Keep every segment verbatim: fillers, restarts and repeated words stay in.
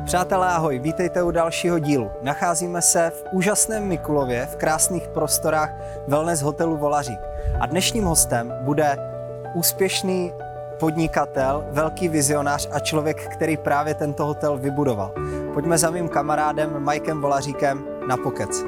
Přátelé, ahoj, vítejte u dalšího dílu. Nacházíme se v úžasném Mikulově, v krásných prostorách wellness hotelu Volařík. A dnešním hostem bude úspěšný podnikatel, velký vizionář a člověk, který právě tento hotel vybudoval. Pojďme za mým kamarádem Mikem Volaříkem na pokec.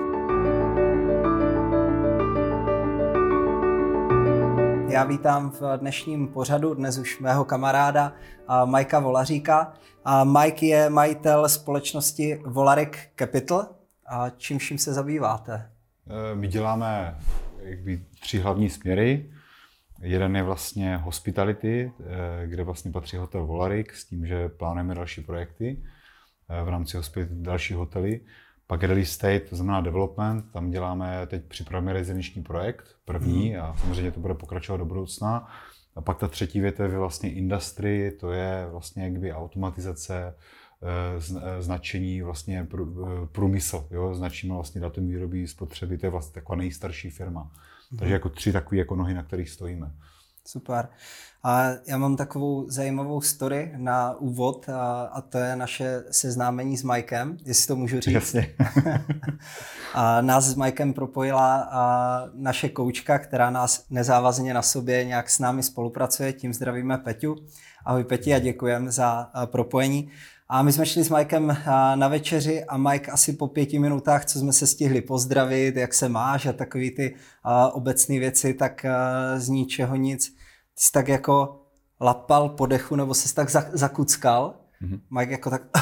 Já vítám v dnešním pořadu dnes už mého kamaráda Mika Volaříka. Mike je majitel společnosti Volarik Capital. A čím vším se zabýváte? My děláme jakby tři hlavní směry. Jeden je vlastně hospitality, kde vlastně patří hotel Volarik s tím, že plánujeme další projekty v rámci hospitality další hotely. Pak real estate, to znamená development, tam děláme, teď připravujeme rezidenční projekt, první, a samozřejmě to bude pokračovat do budoucna. A pak ta třetí větev je vlastně industry, to je vlastně jakby automatizace, značení, vlastně průmysl, jo? Značíme vlastně datum výroby, spotřeby, to je vlastně taková nejstarší firma. Mm. Takže jako tři takové jako nohy, na kterých stojíme. Super. A já mám takovou zajímavou story na úvod a, a to je naše seznámení s Mikem, jestli to můžu říct. Jasně. A nás s Mikem propojila a naše koučka, která nás nezávazně na sobě nějak s námi spolupracuje, tím zdravíme Peťu. Ahoj Peti a děkujeme za propojení. A my jsme šli s Mikem na večeři a Mike asi po pěti minutách, co jsme se stihli pozdravit, jak se máš a takový ty obecné věci, tak z ničeho nic. Ty jsi tak jako lapal po dechu nebo jsi tak zakuckal. Mm-hmm. Mike jako tak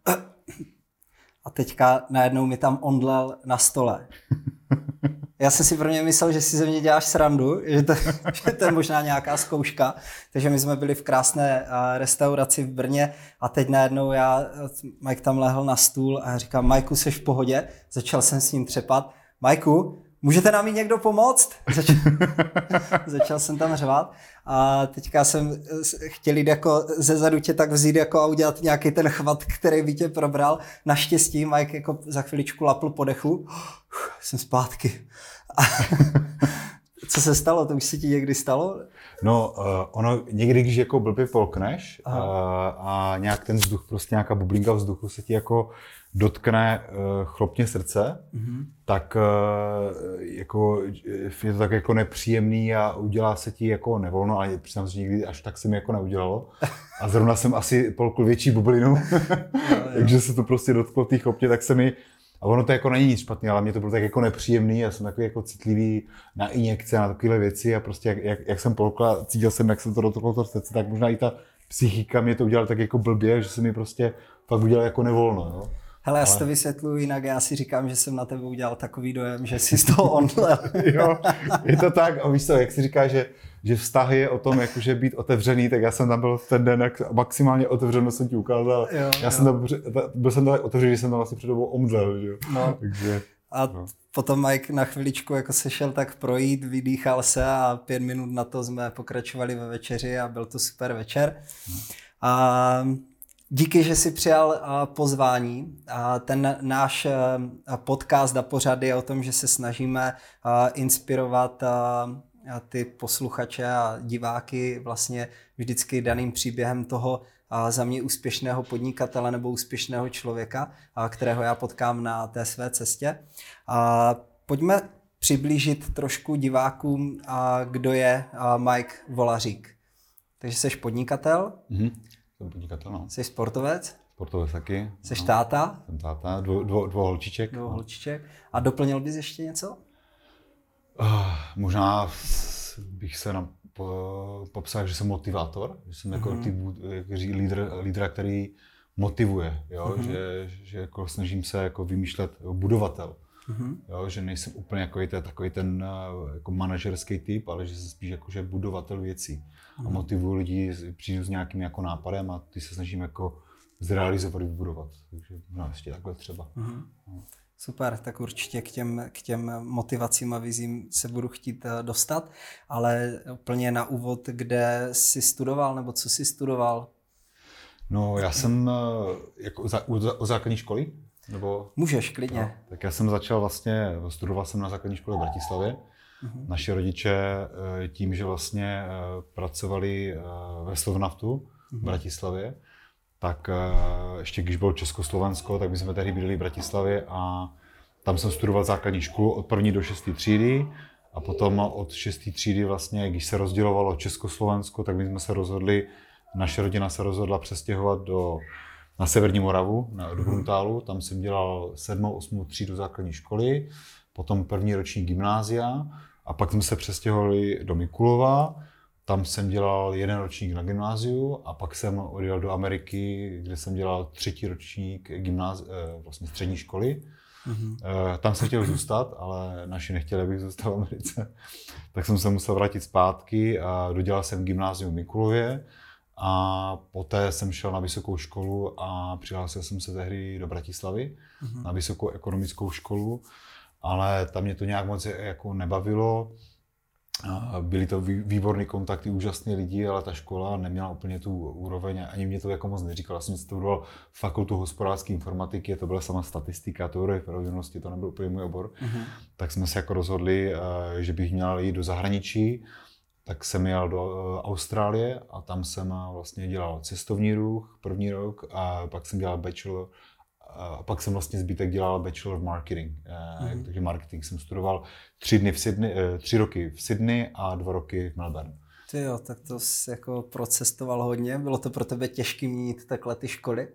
a teďka najednou mi tam ondlel na stole. Já jsem si pro mě myslel, že si ze mě děláš srandu, že to, že to je možná nějaká zkouška. Takže my jsme byli v krásné restauraci v Brně a teď najednou já, Mike tam lehl na stůl a já říkám, Majku, seš v pohodě? Začal jsem s ním třepat. Majku, můžete nám jít někdo pomoct? Začal, začal jsem tam řvat a teďka jsem chtěl jít jako zezadu tě tak vzít jako a udělat nějaký ten chvat, který by tě probral. Naštěstí Mike jako za chviličku lapl po dechu. Jsem zpátky. A co se stalo? To už se ti někdy stalo? No, uh, ono někdy, když jako blbě polkneš uh, a nějak ten vzduch, prostě nějaká bublinka vzduchu se ti jako dotkne uh, chlopně srdce, mm-hmm. tak uh, jako, je to tak jako nepříjemný a udělá se ti jako nevolno, ale přiznám, že někdy až tak se mi jako neudělalo. A zrovna jsem asi polkl větší bublinu, takže se to prostě dotklo té chlopně, tak se mi. A ono to jako není nic špatný, ale mě to bylo tak jako nepříjemný, já jsem takový jako citlivý na injekce, na takovéhle věci a prostě jak, jak, jak jsem polkla, cítil jsem, jak jsem to dotklo to srdce, tak možná i ta psychika mě to udělala tak jako blbě, že se mi prostě fakt udělal jako nevolno, jo. Hele, já si to vysvětluji jinak, já si říkám, že jsem na tebe udělal takový dojem, že jsi z toho omdlel. Jo, je to tak a víš co, jak si říká, že, že vztah je o tom, jakože být otevřený, tak já jsem tam byl v ten den, jak maximálně otevřeno jsem ti ukázal. Jo, já jo. jsem tam, byl jsem tam otevřený, že jsem tam vlastně před dobou omdlel, že jo. No. Takže, a no. Potom Mike na chviličku jako se šel tak projít, vydýchal se a pět minut na to jsme pokračovali ve večeři a byl to super večer. Hmm. A díky, že jsi přijal pozvání. Ten náš podcast a pořad je o tom, že se snažíme inspirovat ty posluchače a diváky vlastně vždycky daným příběhem toho za mě úspěšného podnikatele nebo úspěšného člověka, kterého já potkám na té své cestě. Pojďme přiblížit trošku divákům, kdo je Mike Volařík. Takže jsi podnikatel. Mm-hmm. Jsem podnikatel, no. Jsi sportovec? Sportovec taky. Jsi no. táta? Jsem táta, dvou, dvou, dvou holčiček. Dvou holčiček. A doplnil bys ještě něco? Uh, možná bych se na, po, popsal, že jsem motivátor, že jsem jako mm-hmm. lídr, lídra, který motivuje, jo? Mm-hmm. že, že jako snažím se jako vymýšlet budovatel. Mm-hmm. Jo? Že nejsem úplně jako takový ten jako manažerský typ, ale že jsem spíš jako že budovatel věcí. A motivuju lidi, přijdu s nějakým jako nápadem a ty se snažím jako zrealizovat, vybudovat. Takže no, ještě takhle třeba. Mm-hmm. No. Super, tak určitě k těm, k těm motivacím a vizím se budu chtít dostat, ale úplně na úvod, kde jsi studoval nebo co jsi studoval? No já jsem jako za, u, u základní školy. Nebo, Můžeš, klidně. No, tak já jsem začal vlastně, studoval jsem na základní škole v Bratislavě. Uhum. Naši rodiče tím, že vlastně pracovali ve Slovnaftu v Bratislavě, tak ještě když bylo Československo, tak my jsme tehdy bydleli v Bratislavě a tam jsem studoval základní školu od první do šesté třídy a potom od šesté třídy vlastně, když se rozdělovalo Československo, tak my jsme se rozhodli, naše rodina se rozhodla přestěhovat do, na Severní Moravu, na, do Bruntálu. Tam jsem dělal sedmou, osmou třídu základní školy, potom první ročník gymnázia a pak jsme se přestěhovali do Mikulova. Tam jsem dělal jeden ročník na gymnáziu a pak jsem odjel do Ameriky, kde jsem dělal třetí ročník gymnázi, vlastně střední školy. Mm-hmm. Tam jsem chtěl zůstat, ale naši nechtěli, abych zůstal v Americe. Tak jsem se musel vrátit zpátky a dodělal jsem gymnázium v Mikulově a poté jsem šel na vysokou školu a přihlásil jsem se tehdy do Bratislavy mm-hmm. na vysokou ekonomickou školu, ale tam mě to nějak moc jako nebavilo. Byly to výborný kontakty, úžasní lidi, ale ta škola neměla úplně tu úroveň, ani mě to jako moc neříkalo. Já jsem studoval fakultu hospodářské informatiky, to byla sama statistika, teorie pravděpodobnosti, to nebyl úplně můj obor. Uh-huh. Tak jsme se jako rozhodli, že bych měl jít do zahraničí, tak jsem jel do Austrálie a tam jsem vlastně dělal cestovní ruch první rok a pak jsem dělal bachelor. A pak jsem vlastně zbytek dělal bachelor v marketing, mm-hmm. takže marketing jsem studoval tři, dny v Sydney, tři roky v Sydney a dva roky v Melbourne. Ty jo, tak to jsi jako procestoval hodně, bylo to pro tebe těžké mít takhle ty školy?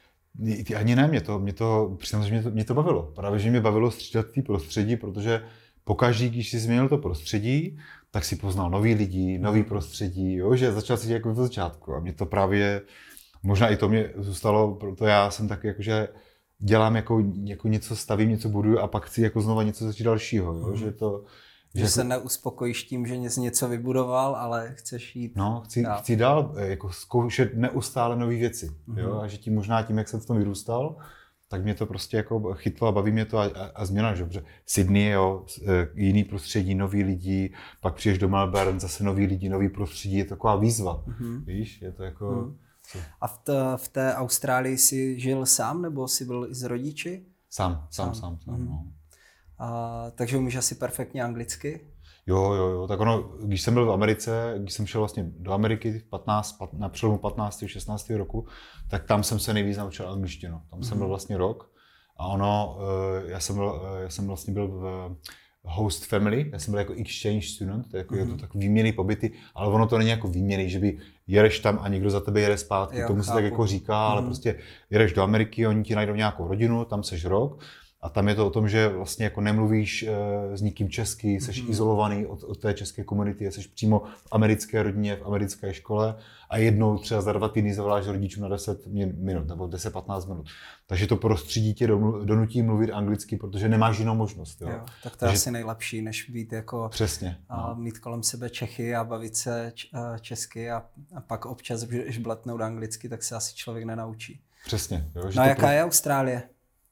Ani ne, mě to, mě to, přiznám, že mě to, mě to bavilo. Právě, že mě bavilo střídat tý prostředí, protože pokaždý, když jsi změnil to prostředí, tak si poznal nový lidi, nový prostředí, jo, že začal si jako v začátku a mě to právě, možná i to mě zůstalo, proto já jsem tak jakože dělám jako, jako něco, stavím, něco buduju a pak chci jako znova něco začít dalšího, jo? Mm. že to... Že, že se jako, neuspokojíš tím, že jsi něco vybudoval, ale chceš jít No, chci dál, chci dál jako zkoušet neustále nové věci, mm. jo? A že tím možná tím, jak jsem v tom vyrůstal, tak mě to prostě jako chytlo a baví mě to a, a, a změna, že dobře. Sydney, jo, jiný prostředí, noví lidi, pak přijdeš do Melbourne, zase noví lidi, nový prostředí, je to taková výzva, mm. víš, je to jako... Mm. A v té, v té Austrálii jsi žil sám, nebo jsi byl i s rodiči? Sám, sám, sám. sám mm. no. A, takže umíš asi perfektně anglicky? Jo, jo, jo. Tak ono, když jsem byl v Americe, když jsem šel vlastně do Ameriky patnáct, na přelomu patnáctého a šestnáctého roku, tak tam jsem se nejvíc naučil angličtinu. Tam mm. jsem byl vlastně rok a ono, já jsem, byl, já jsem vlastně byl v host family, já jsem byl jako exchange student, to je, jako, mm-hmm. je to tak výměnný pobyty, ale ono to není jako výměný, že by jedeš tam a někdo za tebe jede zpátky, jo, tomu se tak jako říká, mm-hmm. ale prostě jedeš do Ameriky, oni ti najdou nějakou rodinu, tam seš rok a tam je to o tom, že vlastně jako nemluvíš uh, s nikým česky, seš mm-hmm. izolovaný od, od té české komunity, seš přímo v americké rodině, v americké škole a jednou třeba za dva týdny zavoláš rodičům na deset minut nebo deset patnáct minut. Takže to prostředí tě donutí mluvit anglicky, protože nemáš jinou možnost. Jo? Jo, tak to je asi nejlepší, než být jako přesně, a no. mít kolem sebe Čechy a bavit se česky a, a pak občas, když bletnout anglicky, tak se asi člověk nenaučí. Přesně. Jo, že no a to jaká pro... je Austrálie?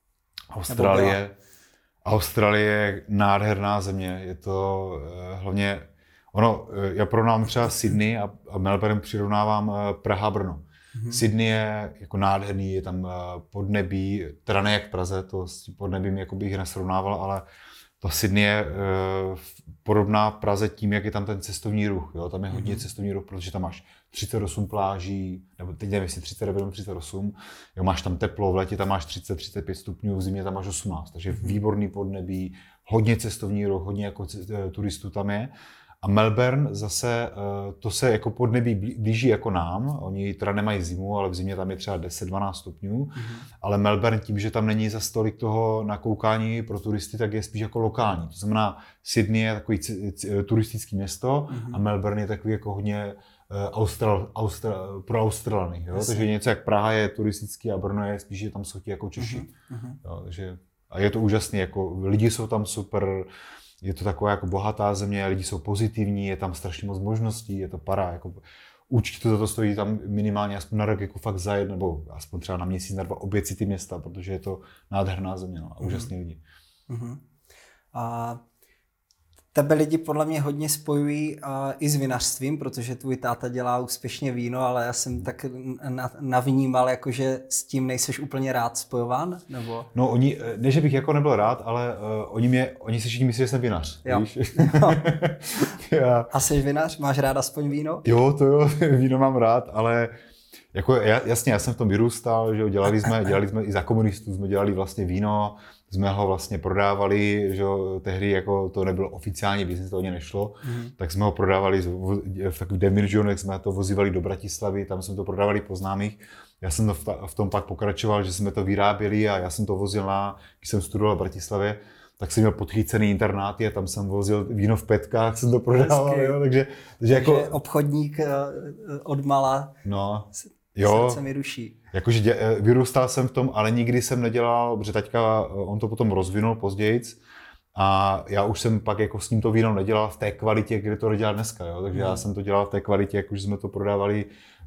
Austrálie, Austrálie je nádherná země, je to uh, hlavně, ono, já porovnám třeba Sydney a, a Melbourne přirovnávám uh, Praha-Brno. Mm-hmm. Sydney je jako nádherný, je tam uh, podnebí, teda ne jak v Praze, to s podnebím jako bych nesrovnával, ale to Sydney je uh, podobná Praze tím, jak je tam ten cestovní ruch. Jo? Tam je hodně mm-hmm. cestovní ruch, protože tam máš třicet osm pláží, nebo teď nevím, jestli třicet devět, třicet osm, jo, máš tam teplo, v létě tam máš třicet třicet pět stupňů, v zimě tam máš osmnáct, takže mm-hmm. výborný podnebí, hodně cestovní ruch, hodně jako turistů tam je. A Melbourne zase, to se jako podnebí blíží jako nám, oni teda nemají zimu, ale v zimě tam je třeba deset dvanáct stupňů, mm-hmm. ale Melbourne tím, že tam není za tolik toho nakoukání pro turisty, tak je spíš jako lokální. To znamená, Sydney je takový c- c- turistický město mm-hmm. a Melbourne je takový jako hodně Austral, Austral, pro Australany, jo? Takže něco jak Praha je turistický a Brno je spíš, že tam jsou ti jako Češi. Mm-hmm. Jo, takže, a je to úžasný, jako lidi jsou tam super, je to taková jako bohatá země, lidi jsou pozitivní, je tam strašně moc možností, je to para. Jako, určitě to za to stojí tam minimálně aspoň na rok jako fakt zajet, nebo aspoň třeba na měsíc, na dva obět si ty města, protože je to nádherná země no, a úžasní mm-hmm. lidi. Mm-hmm. A tebe lidi podle mě hodně spojují a i s vinařstvím, protože tvůj táta dělá úspěšně víno, ale já jsem tak navnímal, jako, že s tím nejseš úplně rád spojován, nebo? No oni, ne, že bych jako nebyl rád, ale uh, oni, mě, oni si všichni myslí, že jsem vinař, jo. víš? Jo. Já... A jsi vinař? Máš rád aspoň víno? Jo, to jo, víno mám rád, ale Jako, jasně, já jsem v tom vyrůstal, že jo, dělali jsme, dělali jsme i za komunistů, jsme dělali vlastně víno, jsme ho vlastně prodávali, že jo, tehdy jako to nebylo oficiální biznis, to ani nešlo, mm. tak jsme ho prodávali v takových demiržionech, jsme to vozívali do Bratislavy, tam jsme to prodávali po známých. Já jsem to v, ta, v tom pak pokračoval, že jsme to vyráběli a já jsem to vozil na, když jsem studoval v Bratislavě, tak jsem měl podchycený internáty a tam jsem vozil víno v petkách, jsem to prodával, jo, takže, takže, takže jako obchodník od mala no, jo, srdce mi ruší. Jakože dě, vyrůstal jsem v tom, ale nikdy jsem nedělal, protože taťka, on to potom rozvinul pozdějc a já už jsem pak jako s ním to víno nedělal v té kvalitě, kde to dělal dneska, jo, takže hmm. já jsem to dělal v té kvalitě, jakože jsme to prodávali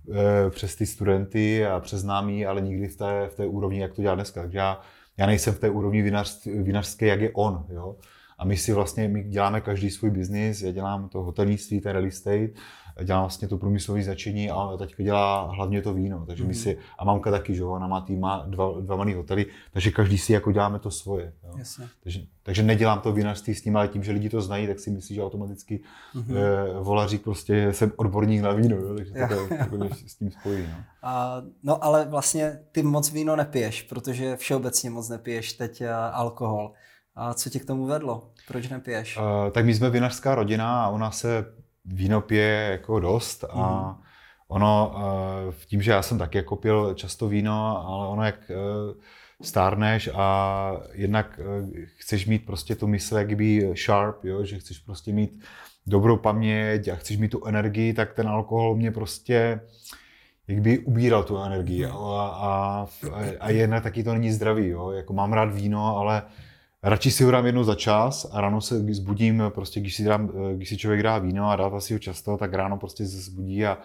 e, přes ty studenty a přes známí, ale nikdy v té, v té úrovni, jak to dělal dneska, takže já Já nejsem v té úrovni vinařské, jak je on, jo. A my si vlastně, my děláme každý svůj biznis, já dělám to hotelnictví, ten real estate, dělám vlastně to průmyslové značení a teďka dělá hlavně to víno, takže my si, a mamka taky, že jo, ona má tým, má dva, dva malý hotely, takže každý si jako děláme to svoje, jo. Takže, takže nedělám to vinařství s ním, ale tím, že lidi to znají, tak si myslí, že automaticky mm-hmm. e, volařík prostě jsem odborník na víno, jo, takže to jako s tím spojí, no. A, no ale vlastně ty moc víno nepiješ, protože všeobecně moc nepiješ teď alkohol. A co tě k tomu vedlo? Proč nepiješ? Uh, tak my jsme vinařská rodina a ona se víno pije jako dost a mm. ono, uh, tím, že já jsem taky jako pil často víno, ale ono jak uh, stárneš a jednak uh, chceš mít prostě tu mysl jak by sharp, jo? Že chceš prostě mít dobrou paměť a chceš mít tu energii, tak ten alkohol mě prostě jak by ubíral tu energii a, a, a jednak taky to není zdravý, jo? Jako mám rád víno, ale radši si ho dám jednou za čas a ráno se zbudím, prostě když si, dám, když si člověk dá víno a dává si ho často, tak ráno prostě se zbudí a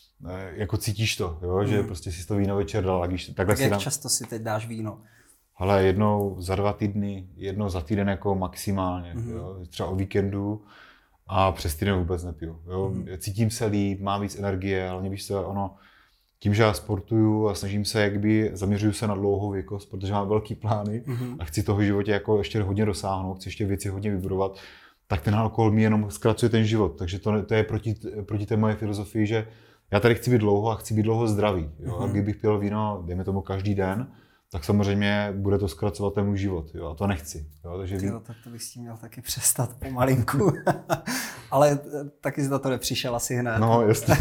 jako cítíš to, jo? Mm. Že prostě si to víno večer dal. A když takhle tak si jak dám... často si teď dáš víno? Ale jednou za dva týdny, jednou za týden jako maximálně, mm. jo? Třeba o víkendu a přes týden vůbec nepiju. Jo? Mm. Cítím se líp, mám víc energie, ale víš co, ono, tím, že já sportuju a snažím se, jakby zaměřuju se na dlouhou věkost, protože mám velký plány mm-hmm. a chci toho v životě jako ještě hodně dosáhnout, chci ještě věci hodně vybudovat, tak ten alkohol mi jenom zkracuje ten život. Takže to, to je proti, proti té moje filozofii, že já tady chci být dlouho a chci být dlouho zdravý. Jo? Mm-hmm. A kdybych pil víno, dejme tomu každý den, tak samozřejmě bude to zkracovat ten můj život, jo? A to nechci. Jo? Takže vín... Tak to bych s tím měl taky přestat pomalinku. Ale taky za to nepřišel asi hned. No, jasně.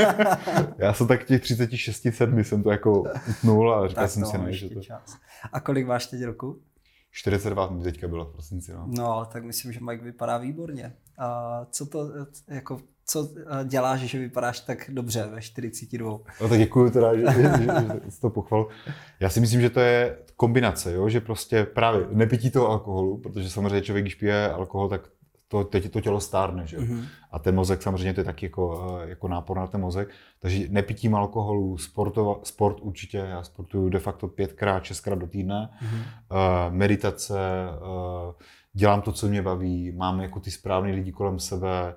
Já jsem tak těch třicet šest sedm jsem to jako utnul a říkal jsem si, ne, že to... Čas. A kolik máš teď roku? čtyřicet dva mi teďka bylo v prosinci, no. No, tak myslím, že Mike vypadá výborně. A co to, jako, co děláš, že vypadáš tak dobře ve čtyřiceti dvou? No tak děkuju teda, že, že, že, že to pochval. Já si myslím, že to je kombinace, jo? Že prostě právě nepití toho alkoholu, protože samozřejmě člověk, když pije alkohol, tak to, teď to tělo stárne, že? Mm-hmm. A ten mozek samozřejmě to je taky jako, jako nápor na ten mozek. Takže nepitím alkoholu, sportova, sport určitě, já sportuju de facto pětkrát, šestkrát do týdne, mm-hmm. uh, meditace, uh, dělám to, co mě baví, mám jako ty správný lidi kolem sebe,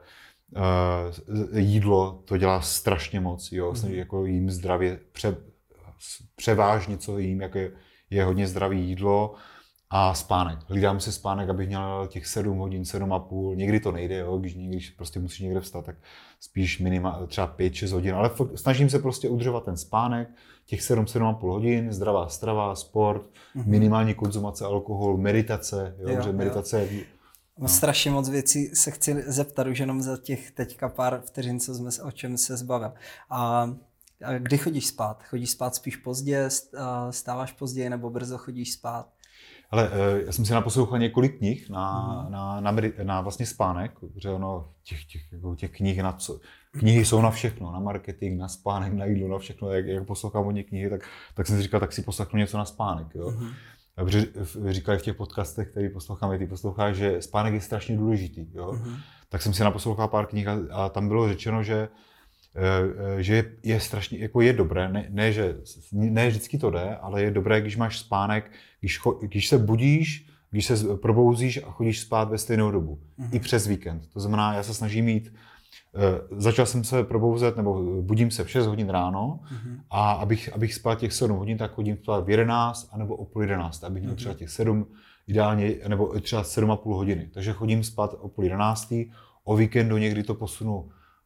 uh, jídlo, to dělá strašně moc, jo, mm-hmm. Snaží, jako jím zdravě, pře, převážně co jím, jako je, je hodně zdravý jídlo. A spánek. Hlídám si spánek, abych měl těch sedm hodin, sedm a půl. Někdy to nejde, jo, když, když prostě musíš někde vstat, tak spíš minimálně třeba pět šest hodin. Ale snažím se prostě udržovat ten spánek, těch sedm, sedm a půl hodin, zdravá strava, sport, mm-hmm. minimální konzumace alkoholu, meditace. Jo, jo, že meditace jo. Je, no. Strašně moc věcí se chci zeptat už jenom za těch teďka pár vteřin, co jsme, o čem se zbavil. A kdy chodíš spát? Chodíš spát spíš pozdě, stáváš později nebo brzo chodíš spát? Ale já jsem si naposlouchal několik knih na, mm. na, na, na vlastně spánek, protože ono, těch, těch, jako těch knih, na co, knihy jsou na všechno, na marketing, na spánek, na jídlo, na všechno. Jak, jak poslouchám hodně knihy, tak, tak jsem si říkal, tak si poslechnu něco na spánek. Jo? Mm. A protože říkali v těch podcastech, které posloucháme, ty posloucháš, že spánek je strašně důležitý. Jo? Mm. Tak jsem si naposlouchal pár knih a, a tam bylo řečeno, že že je strašně, jako je dobré, ne, ne, že, ne vždycky to jde, ale je dobré, když máš spánek, když, cho, když se budíš, když se probouzíš a chodíš spát ve stejnou dobu, mm-hmm. i přes víkend. To znamená, já se snažím mít, uh, začal jsem se probouzet, nebo budím se v šest hodin ráno mm-hmm. a abych, abych spal těch sedm hodin, tak chodím spát v jedenáct anebo o půl jedenáct, abych měl mm-hmm. třeba těch sedm, ideálně, nebo třeba sedm a půl hodiny. Takže chodím spát o půl jedenáctý, o víkendu někdy to posunu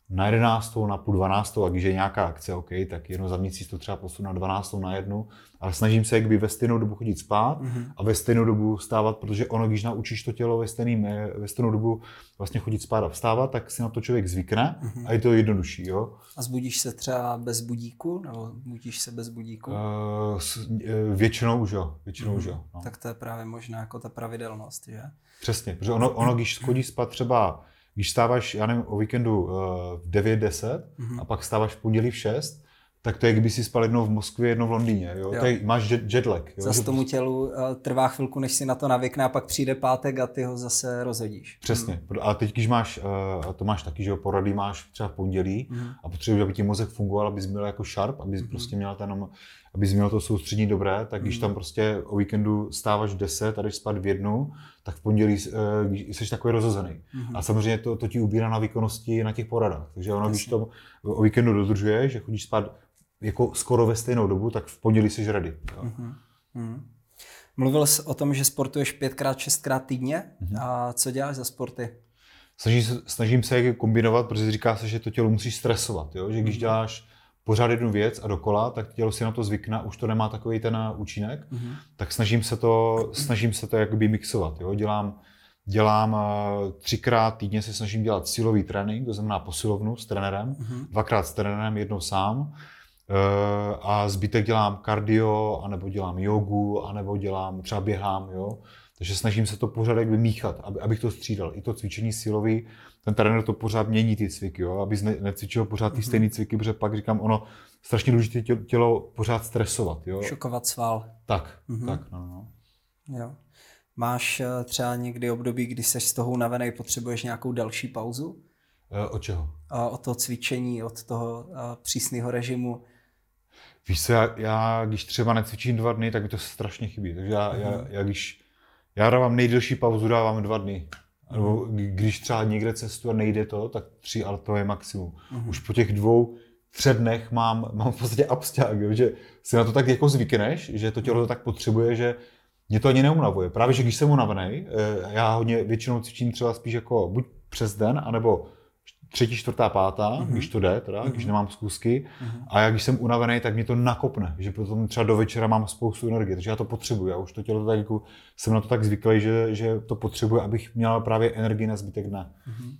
na jedenáctou, na půl dvanáctou, a když je nějaká akce, OK, tak jenom za měsíc to třeba posunu na dvanáctou, na jednu, ale snažím se jakby ve stejnou dobu chodit spát mm-hmm. a ve stejnou dobu vstávat, protože ono, když naučíš to tělo ve, stejným, ve stejnou dobu vlastně chodit spát a vstávat, tak si na to člověk zvykne mm-hmm. a je to jednodušší. Jo? A zbudíš se třeba bez budíku, nebo budíš se bez budíku? Uh, většinou už jo, většinou mm-hmm. už jo. No. Tak to je právě možná jako ta pravidelnost, že? Přesně, protože ono, ono když chodíš spát třeba, když stáváš, já nevím, o víkendu uh, v devět deset mm-hmm. a pak stáváš v pondělí v šest, tak to je, kdyby si spal jednou v Moskvě, jednou v Londýně. Jo? Jo. Tady máš jet, jetlag. Jo? Zase tomu tělu uh, trvá chvilku, než si na to navykne, a pak přijde pátek a ty ho zase rozhodíš. Přesně. Hmm. A teď, když máš, uh, to máš taky, že jo, porady máš třeba v pondělí hmm. a potřebuješ, aby ti mozek fungoval, abys byl jako sharp, abys hmm. prostě měl ten, abys měl to soustředění dobré, tak když hmm. tam prostě o víkendu stáváš v deset a jdeš spát v jednu, tak v pondělí uh, jsi takový rozhozený. Hmm. A samozřejmě to, to ti ubírá na výkonnosti na těch poradách. Takže ono, když to o víkendu dodržuješ, že chodíš spát jako skoro ve stejnou dobu, tak v pondělí jsi ready. Mm-hmm. Mm. Mluvil jsi o tom, že sportuješ pětkrát, šestkrát týdně. Mm-hmm. A co děláš za sporty? Snažím se, snažím se je kombinovat, protože říká se, že to tělo musíš stresovat. Jo? Že když mm-hmm. děláš pořád jednu věc a dokola, tak tělo si na to zvykne, už to nemá takový ten účinek, mm-hmm. tak snažím se to, snažím se to jakoby mixovat. Jo? Dělám, dělám třikrát týdně se snažím dělat silový trénink, to znamená posilovnu s trenérem, mm-hmm. dvakrát s trenérem, jednou sám. A zbytek dělám kardio, anebo dělám jogu, anebo dělám, třeba běhám, jo. Takže snažím se to pořád jakby míchat, aby, abych to střídal. I to cvičení silový, ten trenér to pořád mění ty cviky, jo, aby ne, necvičil pořád ty mm-hmm. stejné cviky, protože pak říkám, ono strašně důležité tělo, tělo pořád stresovat, jo. Šokovat sval. Tak, mm-hmm. tak, no, no. Jo. Máš třeba někdy období, kdy jsi z toho unavený, potřebuješ nějakou další pauzu? E, od čeho? Od toho cvičení, od toho přísného režimu. Víš co, já, já když třeba necvičím dva dny, tak mi to strašně chybí. Takže já, mm. já, já když já dávám nejdelší pauzu, dávám dva dny. Nebo když třeba někde cestu a nejde to, tak tři, ale to je maximum. Mm. Už po těch dvou, třech dnech mám, mám v podstatě absťák, že si na to tak jako zvykneš, že to tělo to tak potřebuje, že mě to ani neunavuje. Právě, že když jsem unavený, já hodně většinou cvičím třeba spíš jako buď přes den, anebo třetí, čtvrtá, pátá, mm-hmm. když to jde, teda, mm-hmm. když nemám zkusky. Mm-hmm. A já, když jsem unavený, tak mě to nakopne, že potom třeba do večera mám spoustu energie, takže já to potřebuji. Já už to tělo tak jako, jsem na to tak zvyklý, že, že to potřebuji, abych měl právě energii na zbytek dne. Mm-hmm.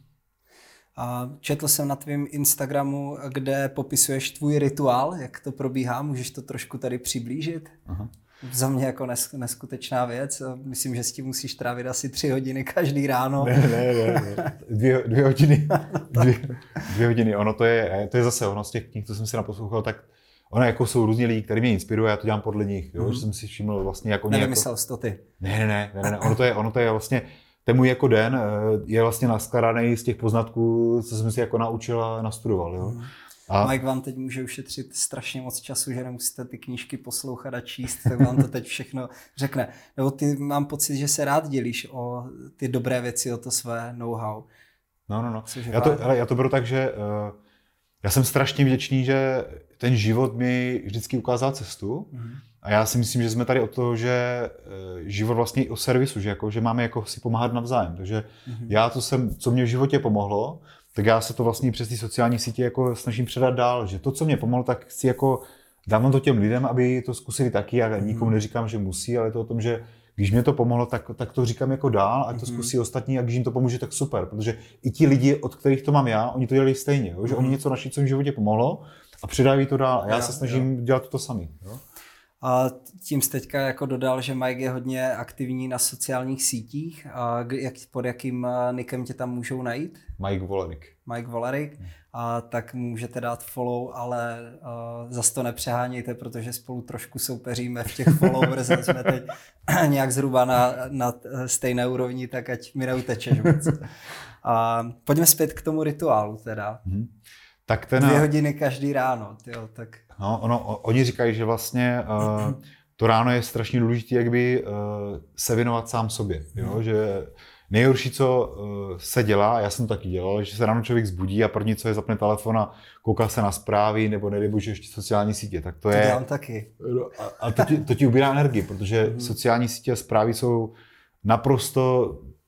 A četl jsem na tvém Instagramu, kde popisuješ tvůj rituál, jak to probíhá, můžeš to trošku tady přiblížit? Aha. Za mě jako neskutečná věc. Myslím, že s tím musíš trávit asi tři hodiny každý ráno. Ne, ne, ne. ne. Dvě, dvě hodiny. Dvě, dvě hodiny. Ono to je, to je zase ono z těch knih, co jsem si naposlouchal, tak ono jako jsou různí lidi, kteří mě inspirují, já to dělám podle nich. Jo? Mm-hmm. Že jsem si všiml vlastně jako nějak. Nevymyslel jsi to ty. Ne, ne, ne. ne, ne. Ono, to je, ono to je vlastně, ten můj jako den je vlastně naskladaný z těch poznatků, co jsem si jako naučil a nastudoval. Jo? Mm. A Mike vám teď může ušetřit strašně moc času, že nemusíte ty knížky poslouchat a číst, tak vám to teď všechno řekne. Nebo ty mám pocit, že se rád dělíš o ty dobré věci, o to své know-how. No, no, no. Já to, hele, já to beru tak, že uh, já jsem strašně vděčný, že ten život mi vždycky ukázal cestu. Mm. A já si myslím, že jsme tady od toho, že uh, život vlastně i o servisu, že, jako, že máme jako si pomáhat navzájem. Takže mm. já to jsem, co mě v životě pomohlo, tak já se to vlastně přes ty sociální sítě jako snažím předat dál, že to, co mě pomohlo, tak si jako dávám to těm lidem, aby to zkusili taky. Já nikomu neříkám, že musí, ale je to o tom, že když mě to pomohlo, tak, tak to říkám jako dál, ať to zkusí ostatní a když jim to pomůže, tak super, protože i ti lidi, od kterých to mám já, oni to dělají stejně, jo? Že oni něco našli, co jim v životě pomohlo a předávají to dál a já, já se snažím jo. dělat to samý. Jo? A tím jsi teďka jako dodal, že Mike je hodně aktivní na sociálních sítích. A jak, pod jakým nickem tě tam můžou najít? Mike Volarik. Mike Volarik. A tak můžete dát follow, ale uh, zas to nepřehánějte, protože spolu trošku soupeříme v těch followers. Jsme teď nějak zhruba na, na stejné úrovni, tak ať mi neutečeš moc. A pojďme zpět k tomu rituálu teda. Hmm. Tak ten... Dvě hodiny každý ráno, tyjo, tak... No, ono, oni říkají, že vlastně uh, to ráno je strašně důležité, jakby uh, se věnovat sám sobě, jo? Že nejhorší, co uh, se dělá, já jsem to taky dělal, že se ráno člověk zbudí a první, co je, zapne telefon a kouká se na zprávy, nebo nedej bože ještě sociální sítě, tak to, to je... To dělám taky. A, a to, ti, to ti ubírá energii, protože sociální sítě a zprávy jsou naprosto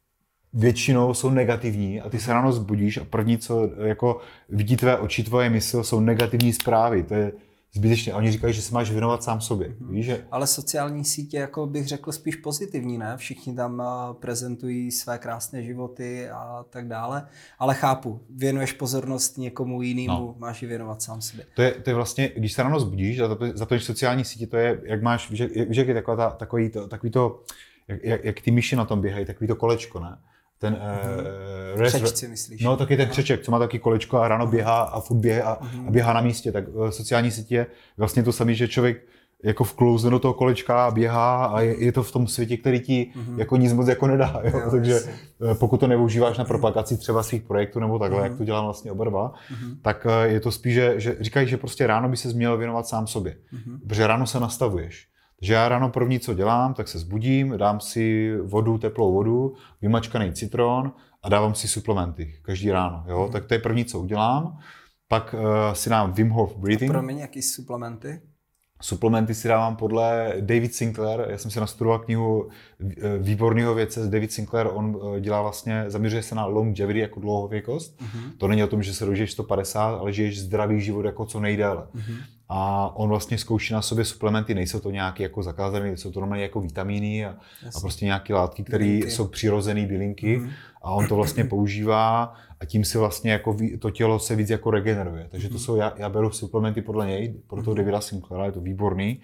většinou jsou negativní a ty se ráno zbudíš a první, co jako vidí tvé oči, tvoje mysl, jsou negativní zprávy. To je zbytečně. A oni říkají, že se máš věnovat sám sobě. Mm-hmm. Víš, že... Ale sociální sítě, jako bych řekl, spíš pozitivní, ne? Všichni tam prezentují své krásné životy a tak dále. Ale chápu, věnuješ pozornost někomu jinému, no. Máš ji věnovat sám sobě. To je, to je vlastně, když se ráno zbudíš a zapneš sociální sítě, to je, jak máš, víš, jak, jak je taková ta, takový to, takový to jak, jak, jak ty myši na tom běhají, takový to kolečko, ne? Ten uh, křečci, myslíš? No, taky ten křeček, co má taky kolečko a ráno běhá a furt běhá a, a běhá na místě. Tak uh, sociální sítě je vlastně to samé, že člověk jako vklouzne do toho kolečka a běhá a je, je to v tom světě, který ti mm-hmm. jako nic moc jako nedá. Jo? Jo, takže uh, pokud to nevyužíváš na propagaci třeba svých projektů nebo takhle, mm-hmm. jak to dělám vlastně oba dva, mm-hmm. tak uh, je to spíš, že, že říkají, že prostě ráno by se měl věnovat sám sobě. Mm-hmm. Protože ráno se nastavuješ. Takže já ráno první, co dělám, tak se zbudím, dám si vodu, teplou vodu, vymačkaný citron a dávám si suplementy každý ráno. Jo? Mm. Tak to je první, co udělám. Pak uh, si dám Wim Hof Breathing. A promiň, jaký suplementy? Suplementy si dávám podle David Sinclair. Já jsem si nastudoval knihu výborného vědce. David Sinclair, on dělá vlastně, zaměřuje se na longevity jako dlouhověkost. Mm-hmm. To není o tom, že se dožiješ sto padesát, ale žiješ zdravý život jako co nejdéle. Mm-hmm. A on vlastně zkouší na sobě suplementy, nejsou to nějaké jako zakázané, jsou to normálně jako vitamíny a, a prostě nějaké látky, které jsou přirozené bylinky. Mm-hmm. A on to vlastně používá a tím si vlastně jako to tělo se víc jako regeneruje. Takže to jsou, já, já beru suplementy podle něj, pro toho Davida Sinclaira, je to výborný.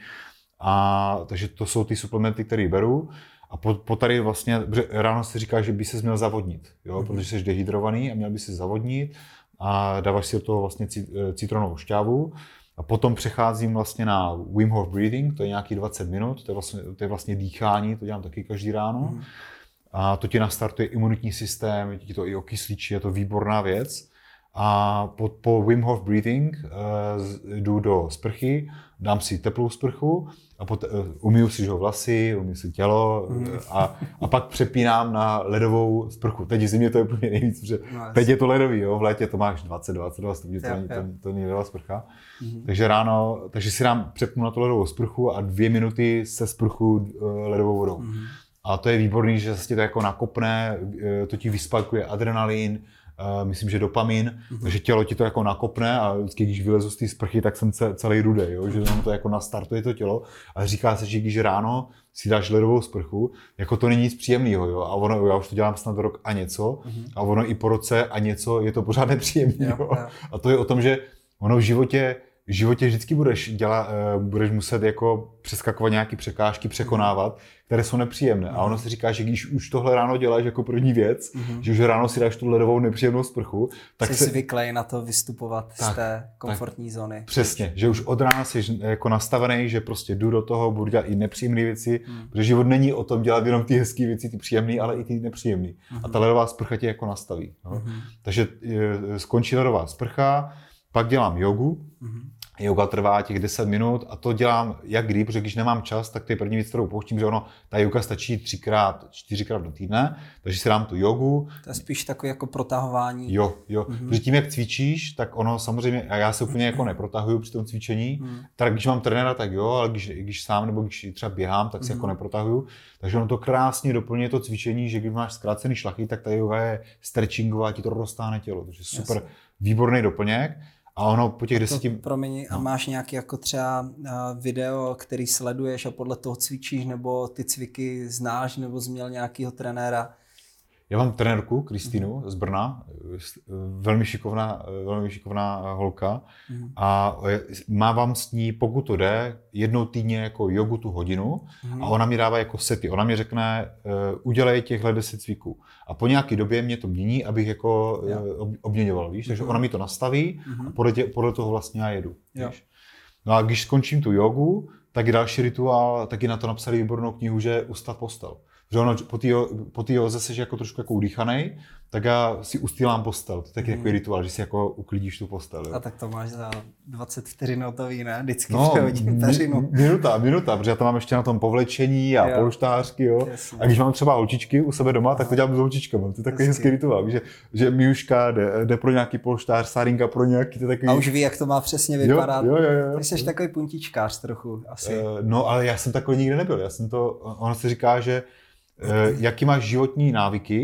A takže to jsou ty suplementy, které beru. A po, po tady vlastně, ráno si říká, že by ses měl zavodnit, jo? Mm-hmm. Protože jsi dehydrovaný a měl by se zavodnit a dáváš si do toho vlastně citronovou šťávu. A potom přecházím vlastně na Wim Hof Breathing, to je nějaký dvacet minut, to je vlastně, to je vlastně dýchání, to dělám taky každý ráno. Mm. A to ti nastartuje imunitní systém, ti to i okysličí, je to výborná věc. A po, po Wim Hof Breathing uh, jdu do sprchy, dám si teplou sprchu a pot, uh, umyju si ho vlasy, umyju si tělo mm. a, a pak přepínám na ledovou sprchu. Teď v zimě to je úplně nejvíc, protože no, teď je to ledový, jo? V létě to máš dvacet dvacet dva stupňů, to, to, to není ledová sprcha. Mm. Takže ráno, takže si dám, přepnu na tu ledovou sprchu a dvě minuty se sprchu uh, ledovou vodou. Mm. A to je výborný, že se ti to jako nakopne, to ti vyspalkuje adrenalin, Uh, myslím, že dopamin, mm-hmm. takže tělo ti to jako nakopne a vždycky, když vylezu z té sprchy, tak jsem celý rudej, jo? Že to jako nastartuje to tělo a říká se, že když ráno si dáš ledovou sprchu, jako to není nic příjemného, jo? A ono, já už to dělám snad rok a něco mm-hmm. a ono i po roce a něco je to pořád nepříjemné. A to je o tom, že ono v životě V životě vždycky budeš, dělat, budeš muset jako přeskakovat nějaké překážky, překonávat, které jsou nepříjemné. A ono se říká, že když už tohle ráno děláš jako první věc, mm-hmm. že už ráno si dáš tu ledovou nepříjemnou sprchu, tak jsi se... zvyklý na to vystupovat tak, z té komfortní tak, zóny. Přesně, že už od rána jsi jako nastavený, že prostě jdu do toho, budu dělat i nepříjemné věci, mm. protože život není o tom dělat jenom ty hezké věci, ty příjemné, ale i ty nepříjemné. Mm-hmm. A ta ledová sprcha tě jako nastaví. No? Mm-hmm. Takže e, skončí ledová sprcha, pak dělám jogu. Mm-hmm. Yoga trvá těch deset minut a to dělám jak kdy, protože když nemám čas, tak to je první věc, kterou pouštím, že ono, ta yoga stačí třikrát, čtyřikrát do týdne, takže si dám tu jogu. To je spíš takové jako protahování. Jo, jo, mm-hmm. protože tím, jak cvičíš, tak ono samozřejmě, a já se úplně jako neprotahuju při tom cvičení, mm. tak když mám trenéra, tak jo, ale když, když sám nebo když třeba běhám, tak si mm. jako neprotahuju, takže ono to krásně doplňuje to cvičení, že když máš zkrácený šlachy, tak ta yoga je stretchingová, ti to roztáhne tělo, takže super, Jasně. výborný doplněk. A ono po těch deseti... Promiň, no. A máš nějaký jako třeba video, který sleduješ a podle toho cvičíš, nebo ty cviky znáš, nebo jsi měl nějakýho trenéra? Já mám trenérku, Kristýnu mm. z Brna, velmi šikovná, velmi šikovná holka mm. a mávám s ní, pokud to jde, jednou týdně jako jogu tu hodinu mm. a ona mi dává jako sety. Ona mi řekne, udělej těchhle deset cviků. A po nějaké době mě to mění, abych jako jo. obměňoval, víš? Takže mm. ona mi to nastaví mm. a podle, tě, podle toho vlastně já jedu. Víš? No a když skončím tu jogu, tak je další rituál, taky na to napsali výbornou knihu, že ustav postel. Že ono, po té joze seš jako trošku jako udýchanej, tak já si ustýlám postel. To je taky mm. takový rituál, že si jako uklidíš tu postel. Jo. A tak to máš za dvacet vteřinový, ne? Vždycky no, přehodím vteřinu. Minuta, minuta, protože já to mám ještě na tom povlečení a jo. polštářky, jo. Jasně. A když mám třeba holčičky u sebe doma, tak to dělám s holčičkama. To je takový hezký rituál, že, že Miuška jde, jde pro nějaký polštář, Sárinka pro nějaký, to je takový... A už ví, jak to má přesně vypadat. Jo, jo, jo, jo. Ty jsi takový puntičkář trochu, asi. Uh, no, ale já jsem takový nikdy nebyl. Já jsem to, ono se říká, že Uh, jaký máš životní návyky,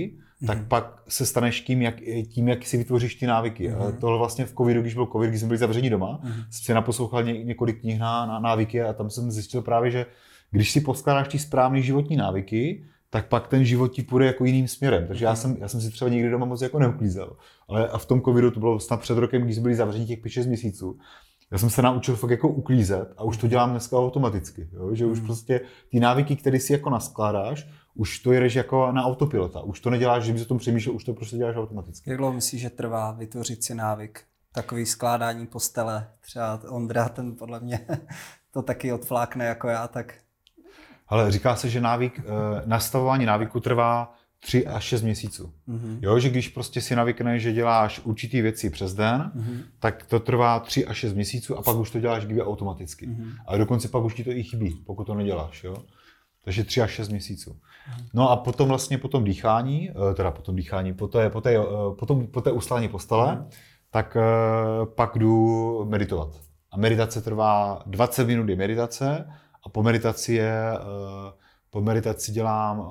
tak mm. pak se staneš tím, jak, tím, jak si vytvoříš ty návyky. Mm. A tohle vlastně v covidu, když byl covid, když jsme byli zavřeni doma, mm. jsem si naposlouchal ně, několik knih na, na návyky a tam jsem zjistil právě, že když si poskládáš ty správné životní návyky, tak pak ten život ti půjde jako jiným směrem. Takže mm. já, jsem, já jsem si třeba nikdy doma moc jako neuklízel. Ale a v tom covidu, to bylo snad před rokem, když jsme byli zavřeni těch pět šest měsíců, já jsem se naučil fakt jako uklízet a už to dělám dneska automaticky. Jo? Že už prostě ty návyky, které si jako naskládáš, už to jedeš jako na autopilota. Už to neděláš, že bys o tom přemýšlel, už to prostě děláš automaticky. Jak dlouho myslíš, že trvá vytvořit si návyk? Takový skládání postele. Třeba Ondra, ten podle mě to taky odflákne jako já, tak... Ale říká se, že návyk, nastavování návyku trvá tři až šest měsíců. Mm-hmm. Jo, že když prostě si navykneš, že děláš určitý věci přes den, mm-hmm. tak to trvá tři až šest měsíců a pak už to děláš kdyby automaticky. Mm-hmm. A dokonce pak už ti to i chybí, pokud to neděláš. Jo? Takže tři až šest měsíců. Mm-hmm. No a potom vlastně po tom dýchání, teda po tom dýchání, po té, po té, po tom, po té uslání postele, mm-hmm. tak pak jdu meditovat. A meditace trvá dvacet minut je meditace a po meditaci je, po meditaci dělám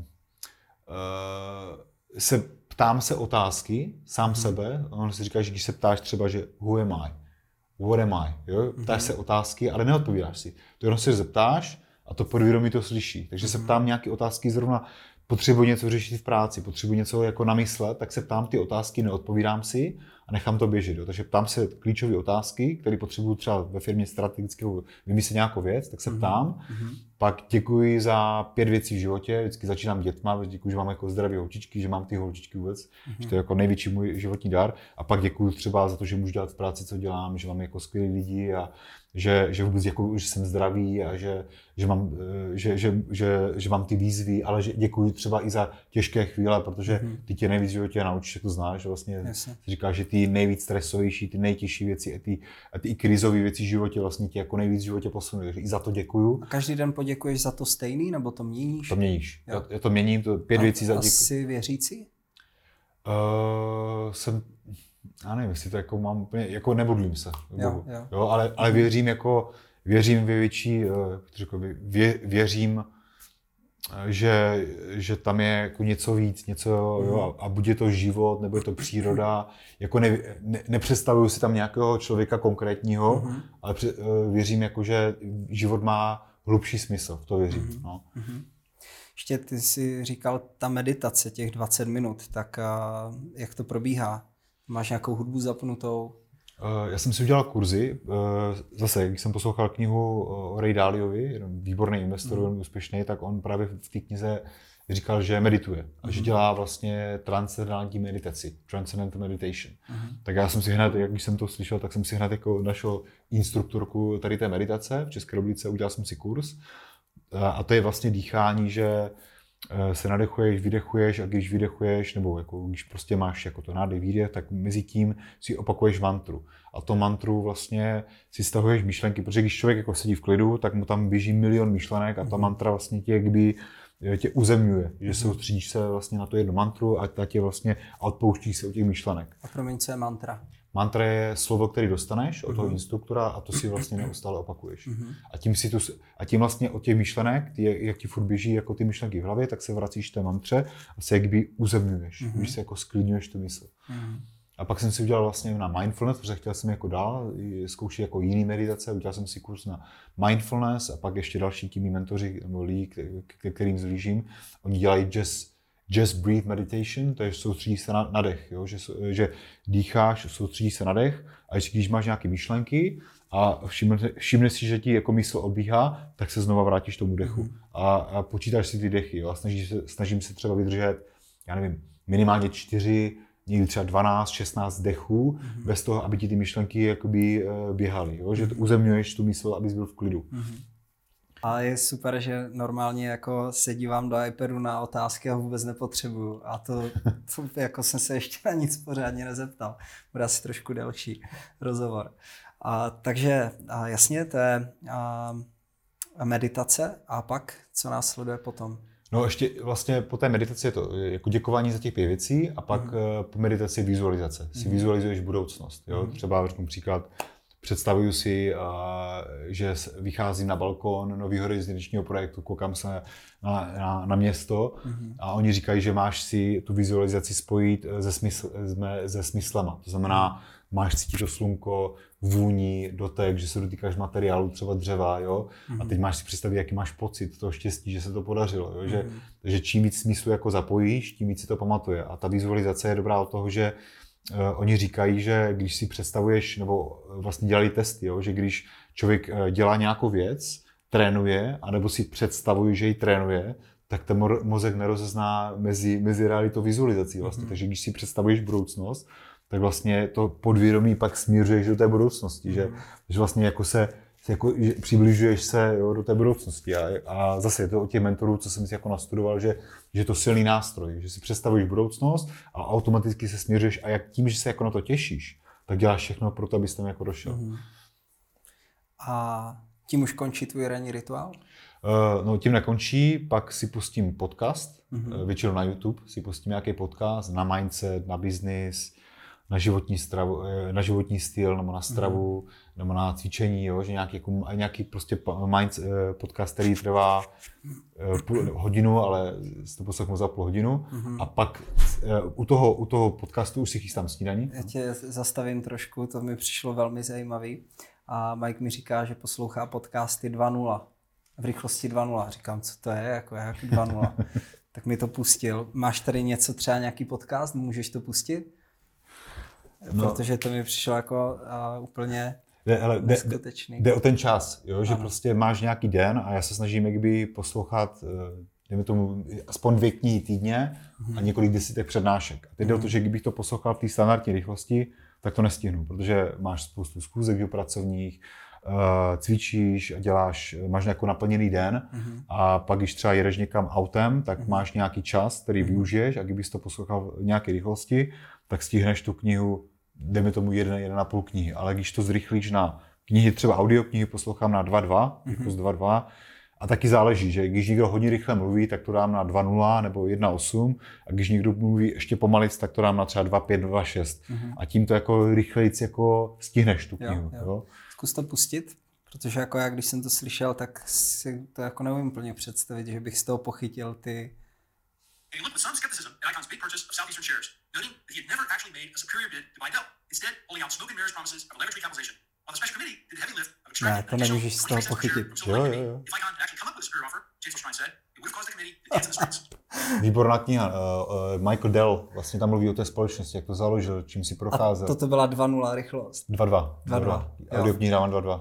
Uh, se ptám se otázky, sám mm. sebe, on si říká, že když se ptáš třeba, že who am I, what am I, jo? Ptáš mm. se otázky, ale neodpovídáš si. To jenom se zeptáš a to podvědomí to slyší. Takže mm. se ptám nějaké otázky, zrovna potřebuji něco řešit v práci, potřebuji něco jako namyslet, tak se ptám ty otázky, neodpovídám si a nechám to běžet. Jo? Takže ptám se klíčové otázky, které potřebuji třeba ve firmě strategického vymyslet nějakou věc, tak se ptám. Mm-hmm. Pak děkuji za pět věcí v životě, vždycky začínám dětma, děkuji, že mám jako zdravé holčičky, že mám ty holčičky vůbec, mm-hmm. že to je jako největší můj životní dar. A pak děkuji třeba za to, že můžu dělat v práci, co dělám, že mám jako skvělý lidi a že, že vůbec jako, že jsem zdravý a že, že, mám, že, že, že, že mám ty výzvy, ale že děkuji třeba i za těžké chvíle, protože ty tě nejvíc v životě naučíš, jak to znáš, že vlastně Jasně. si říkáš, že ty nejvíc stresovější, ty nejtěžší věci a ty, a ty i krizové věci v životě vlastně tě jako nejvíc v životě posunují. Takže i za to děkuju. A každý den poděkuješ za to stejný, nebo to měníš? To měníš. Já, já to měním, to pět a, věcí za děkuji. Jsi věřící? Uh, jsem, já nevím, jestli to jako mám úplně, jako nemodlím se. Jo, jo. Jo, ale, ale věřím jako, věřím ve větší, řekl bych, vě, věřím, že, že tam je jako něco víc, něco, jo, a buď je to život, nebo je to příroda, jako ne, ne, nepředstavuju si tam nějakého člověka konkrétního, mm-hmm. ale při, věřím jako, že život má hlubší smysl, v to věřím. Mm-hmm. No. Mm-hmm. Ještě ty jsi říkal, ta meditace, těch dvacet minut, tak uh, jak to probíhá? Máš nějakou hudbu zapnutou? Uh, já jsem si udělal kurzy, uh, zase, když jsem poslouchal knihu o Ray Daliovi, výborný investor, velmi mm. úspěšný, tak on právě v té knize říkal, že medituje a mm. že dělá vlastně transcendentální meditaci, transcendental meditation. Mm. Tak já jsem si hned, jak když jsem to slyšel, tak jsem si hned jako našel instruktorku tady té meditace v České republice, udělal jsem si kurz. A to je vlastně dýchání, že se nadechuješ, vydechuješ a když vydechuješ, nebo jako když prostě máš jako to nádech, výdech, tak mezi tím si opakuješ mantru. A to mantru vlastně si stahuješ myšlenky, protože když člověk jako sedí v klidu, tak mu tam běží milion myšlenek a ta mantra vlastně tě kdyby tě uzemňuje, že soustředíš se vlastně na to jedno mantru a ta tě vlastně odpouštíš se od těch myšlenek. A promiň, co je mantra? Mantra je slovo, který dostaneš od toho uh-huh. instruktora a to si vlastně neustále opakuješ. Uh-huh. A tím si tu, a tím vlastně od těch myšlenek, ty, jak ti furt běží jako ty myšlenky v hlavě, tak se vracíš té mantře a se jakby uzemňuješ, uh-huh. když se jako sklidňuješ tu mysl. Uh-huh. A pak jsem si udělal vlastně na mindfulness, protože chtěl jsem jako dál zkoušet jako jiný meditace, udělal jsem si kurz na mindfulness a pak ještě další tí mý mentoři nebo lidi, ke kterým zlížím, oni dělají just Just breathe meditation, to je soustředí se na, na dech, jo? Že, že dýcháš, soustředíš se na dech a když máš nějaké myšlenky a všimneš si, že ti jako mysl odbíhá, tak se znova vrátíš tomu dechu mm-hmm. a, a počítáš si ty dechy. Jo? A snažím se, snažím se třeba vydržet, já nevím, minimálně čtyři, někdy třeba dvanáct, šestnáct dechů, mm-hmm. bez toho, aby ti ty myšlenky jakoby běhaly. Jo? Že uzemňuješ tu mysl, abys byl v klidu. Mm-hmm. A je super, že normálně jako se dívám do iPadu na otázky a vůbec nepotřebuju. A to, to jako jsem se ještě na nic pořádně nezeptal. Bude asi trošku delší rozhovor. A, takže a jasně, to je a, meditace a pak, co následuje potom? No ještě vlastně po té meditaci je to jako děkování za těch pět věcí a pak mm. po meditaci vizualizace. Si mm. vizualizuješ budoucnost. Jo? Mm. Třeba řeknu příklad, představuju si, že vycházím na balkon nového rezidenčního projektu, koukám se na, na, na město mm-hmm. a oni říkají, že máš si tu vizualizaci spojit se, smysl, se smyslema. To znamená, máš cítit to slunko, vůni, dotek, že se dotýkáš materiálu, třeba dřeva, jo? Mm-hmm. A teď máš si představit, jaký máš pocit toho štěstí, že se to podařilo. Jo? Že, mm-hmm. že čím víc smyslu jako zapojíš, tím víc si to pamatuje. A ta vizualizace je dobrá od toho, že uh, oni říkají, že když si představuješ, nebo vlastně dělají testy, jo? Že když člověk uh, dělá nějakou věc, trénuje, anebo si představuje, že ji trénuje, tak ten mozek nerozezná mezi, mezi realitou a vizualizací vlastně. Mm-hmm. Takže když si představuješ budoucnost, tak vlastně to podvědomí pak směřuješ do té budoucnosti, mm. že, že vlastně jako se jako, že přibližuješ se jo, do té budoucnosti a, a zase je to od těch mentorů, co jsem si jako nastudoval, že, že je to silný nástroj, že si představuješ budoucnost a automaticky se směřuješ a jak tím, že se jako na to těšíš, tak děláš všechno pro to, abys tam jako došel. Mm. A tím už končí tvůj ranní rituál? Uh, no tím nekončí, pak si pustím podcast, mm. většinou na YouTube si pustím nějaký podcast na mindset, na business, na životní, stravu, na životní styl, nebo na stravu, mm. nebo na cvičení, jo? Že nějaký, jako, nějaký prostě mind, podcast, který trvá půl hodinu, ale si to poslechnu za půl hodinu. Mm. A pak u toho, u toho podcastu už si chystám snídaní. Já tě zastavím trošku, to mi přišlo velmi zajímavý. A Mike mi říká, že poslouchá podcasty dva nula, v rychlosti dva nula. Říkám, co to je, jako jak dva nula. Tak mi to pustil. Máš tady něco, třeba nějaký podcast, můžeš to pustit? No. Protože to mi přišlo jako uh, úplně jde, ale neskutečný. Jde, jde o ten čas, jo? Že ano. Prostě máš nějaký den a já se snažím jakby poslouchat, dejme tomu, aspoň dvě knihy týdně hmm. a několik desítek přednášek. A teď jde hmm. o to, že kdybych to poslouchal v té standardní rychlosti, tak to nestihnu, protože máš spoustu schůzek pracovních, uh, cvičíš a děláš, máš nějaký naplněný den hmm. a pak, když třeba jedeš někam autem, tak hmm. máš nějaký čas, který hmm. využiješ a kdybys to poslouchal v nějaké rychlosti, tak stihneš tu knihu, dejme tomu jeden, jeden a půl knihy, ale když to zrychlíš na knihy, třeba audioknihy poslouchám na dva dva, mm-hmm. jako dva dva, a taky záleží, že když někdo hodně rychle mluví, tak to dám na dva nula nebo jedna osm, a když někdo mluví ještě pomalic, tak to dám na třeba dva pět, dva šest. Mm-hmm. A tím to jako rychlejc jako stihneš tu knihu. Jo, jo. Jo? Zkus to pustit, protože jako já, když jsem to slyšel, tak si to jako neumím plně představit, že bych z toho pochytil ty... And he looked with some skepticism at Icon's big purchase of Southeastern shares, noting that he had never actually made a superior bid to buy Dell, instead holding out smoke and mirrors promises of a leverage recapitalization, while the special committee did the heavy lift of extracting an additional twenty-three cents per share from Silver Lake Company. If Icon had actually come up with a superior offer, James Schrein said, it would have caused the committee to dance in the streets. Výborná kniha. Uh, uh, Michael Dell vlastně tam mluví o té společnosti, jak to založil, čím si procházel. A toto byla dva nula rychlost. dva dva. dva dva. Audiokniha dávám dva dva.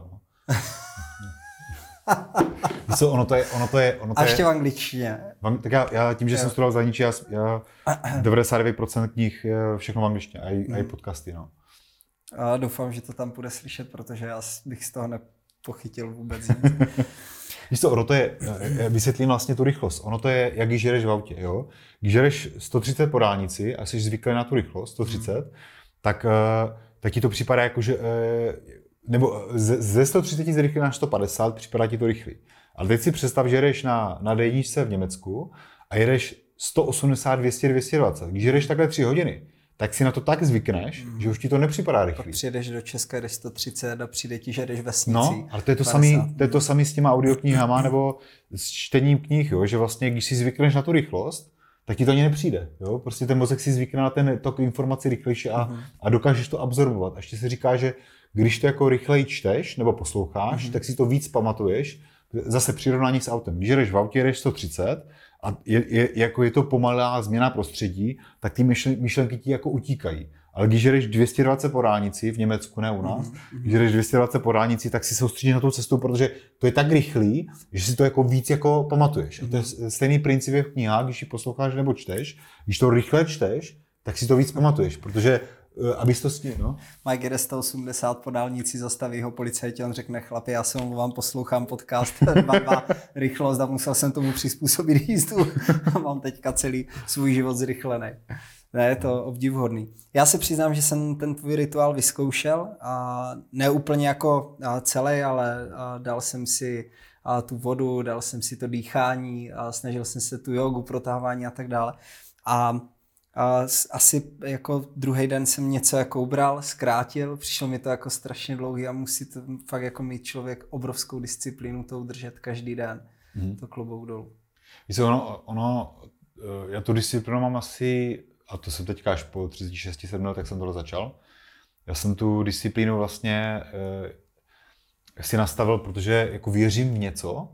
Co, ono to je, ono to je, ono to a ještě je, v angličtině. Tak já, já tím, že jo. jsem studoval zahraničí, já, já devadesát devět procent knih je všechno v angličtině, a i, hmm. a i podcasty, no. A doufám, že to tam bude slyšet, protože já bych z toho nepochytil vůbec nic. Víš co, ono to je, vysvětlím vlastně tu rychlost, ono to je, jak když jedeš v autě, jo. Když jedeš sto třicet po dálnici a jsi zvyklý na tu rychlost, sto třicet, hmm. tak, tak ti to připadá jako, že nebo ze sto třicet zrychlí na sto padesát, připadá ti to rychlý. Ale teď si představ, že jedeš na, na dé jedničce v Německu a jedeš sto osmdesát, dvě stě, dvě stě dvacet. Když jedeš takhle tři hodiny, tak si na to tak zvykneš, mm. že už ti to nepřipadá rychlý. Pak přijedeš do Česka, jdeš sto třicet a přijde ti, že jdeš vesnicí. No, ale to je to samý, to je to samý s těma audioknihama nebo s čtením knih, jo? Že vlastně, když si zvykneš na tu rychlost, tak ti to ani nepřijde. Jo? Prostě ten mozek si zvykne na ten tok informací rychlejší a, mm. a dokážeš to absorbovat. A ještě se říká, že když to jako rychleji čteš nebo posloucháš, mm-hmm. tak si to víc pamatuješ. Zase přirovnání s autem. Když jedeš v autě, jedeš sto třicet a je, je, jako je to pomalá změna prostředí, tak ty myšlenky ti jako utíkají. Ale když jedeš dvě stě dvacet po dálnici, v Německu, ne u nás, mm-hmm. když jedeš dvě stě dvacet po dálnici, tak si soustředíš na tu cestu, protože to je tak rychlý, že si to jako víc jako pamatuješ. Mm-hmm. A to je stejný princip je v knihách, když ji posloucháš nebo čteš. Když to rychle čteš, tak si to víc pamatuješ, protože abys to sněl, no. Mike jede sto osmdesát po dálnici, zastaví ho policajti, on řekne, chlapi, já jsem vám poslouchám podcast dva dva rychlost a musel jsem tomu přizpůsobit jízdu a mám teďka celý svůj život zrychlený. Ne, je to obdivuhodný. Já se přiznám, že jsem ten tvůj rituál vyzkoušel a ne úplně jako celý, ale dal jsem si tu vodu, dal jsem si to dýchání a snažil jsem se tu jogu, protahávání a tak dále. A A asi jako druhý den jsem něco jako ubral, zkrátil, přišlo mi to jako strašně dlouhý a musí to fakt jako mít člověk obrovskou disciplínu to udržet každý den, mm. to klobouk dolů. Víš, ono, ono, já tu disciplínu mám asi, a to jsem teďka až po třiceti šesti sedmi, tak jsem tohle začal. Já jsem tu disciplínu vlastně eh, si nastavil, protože jako věřím v něco.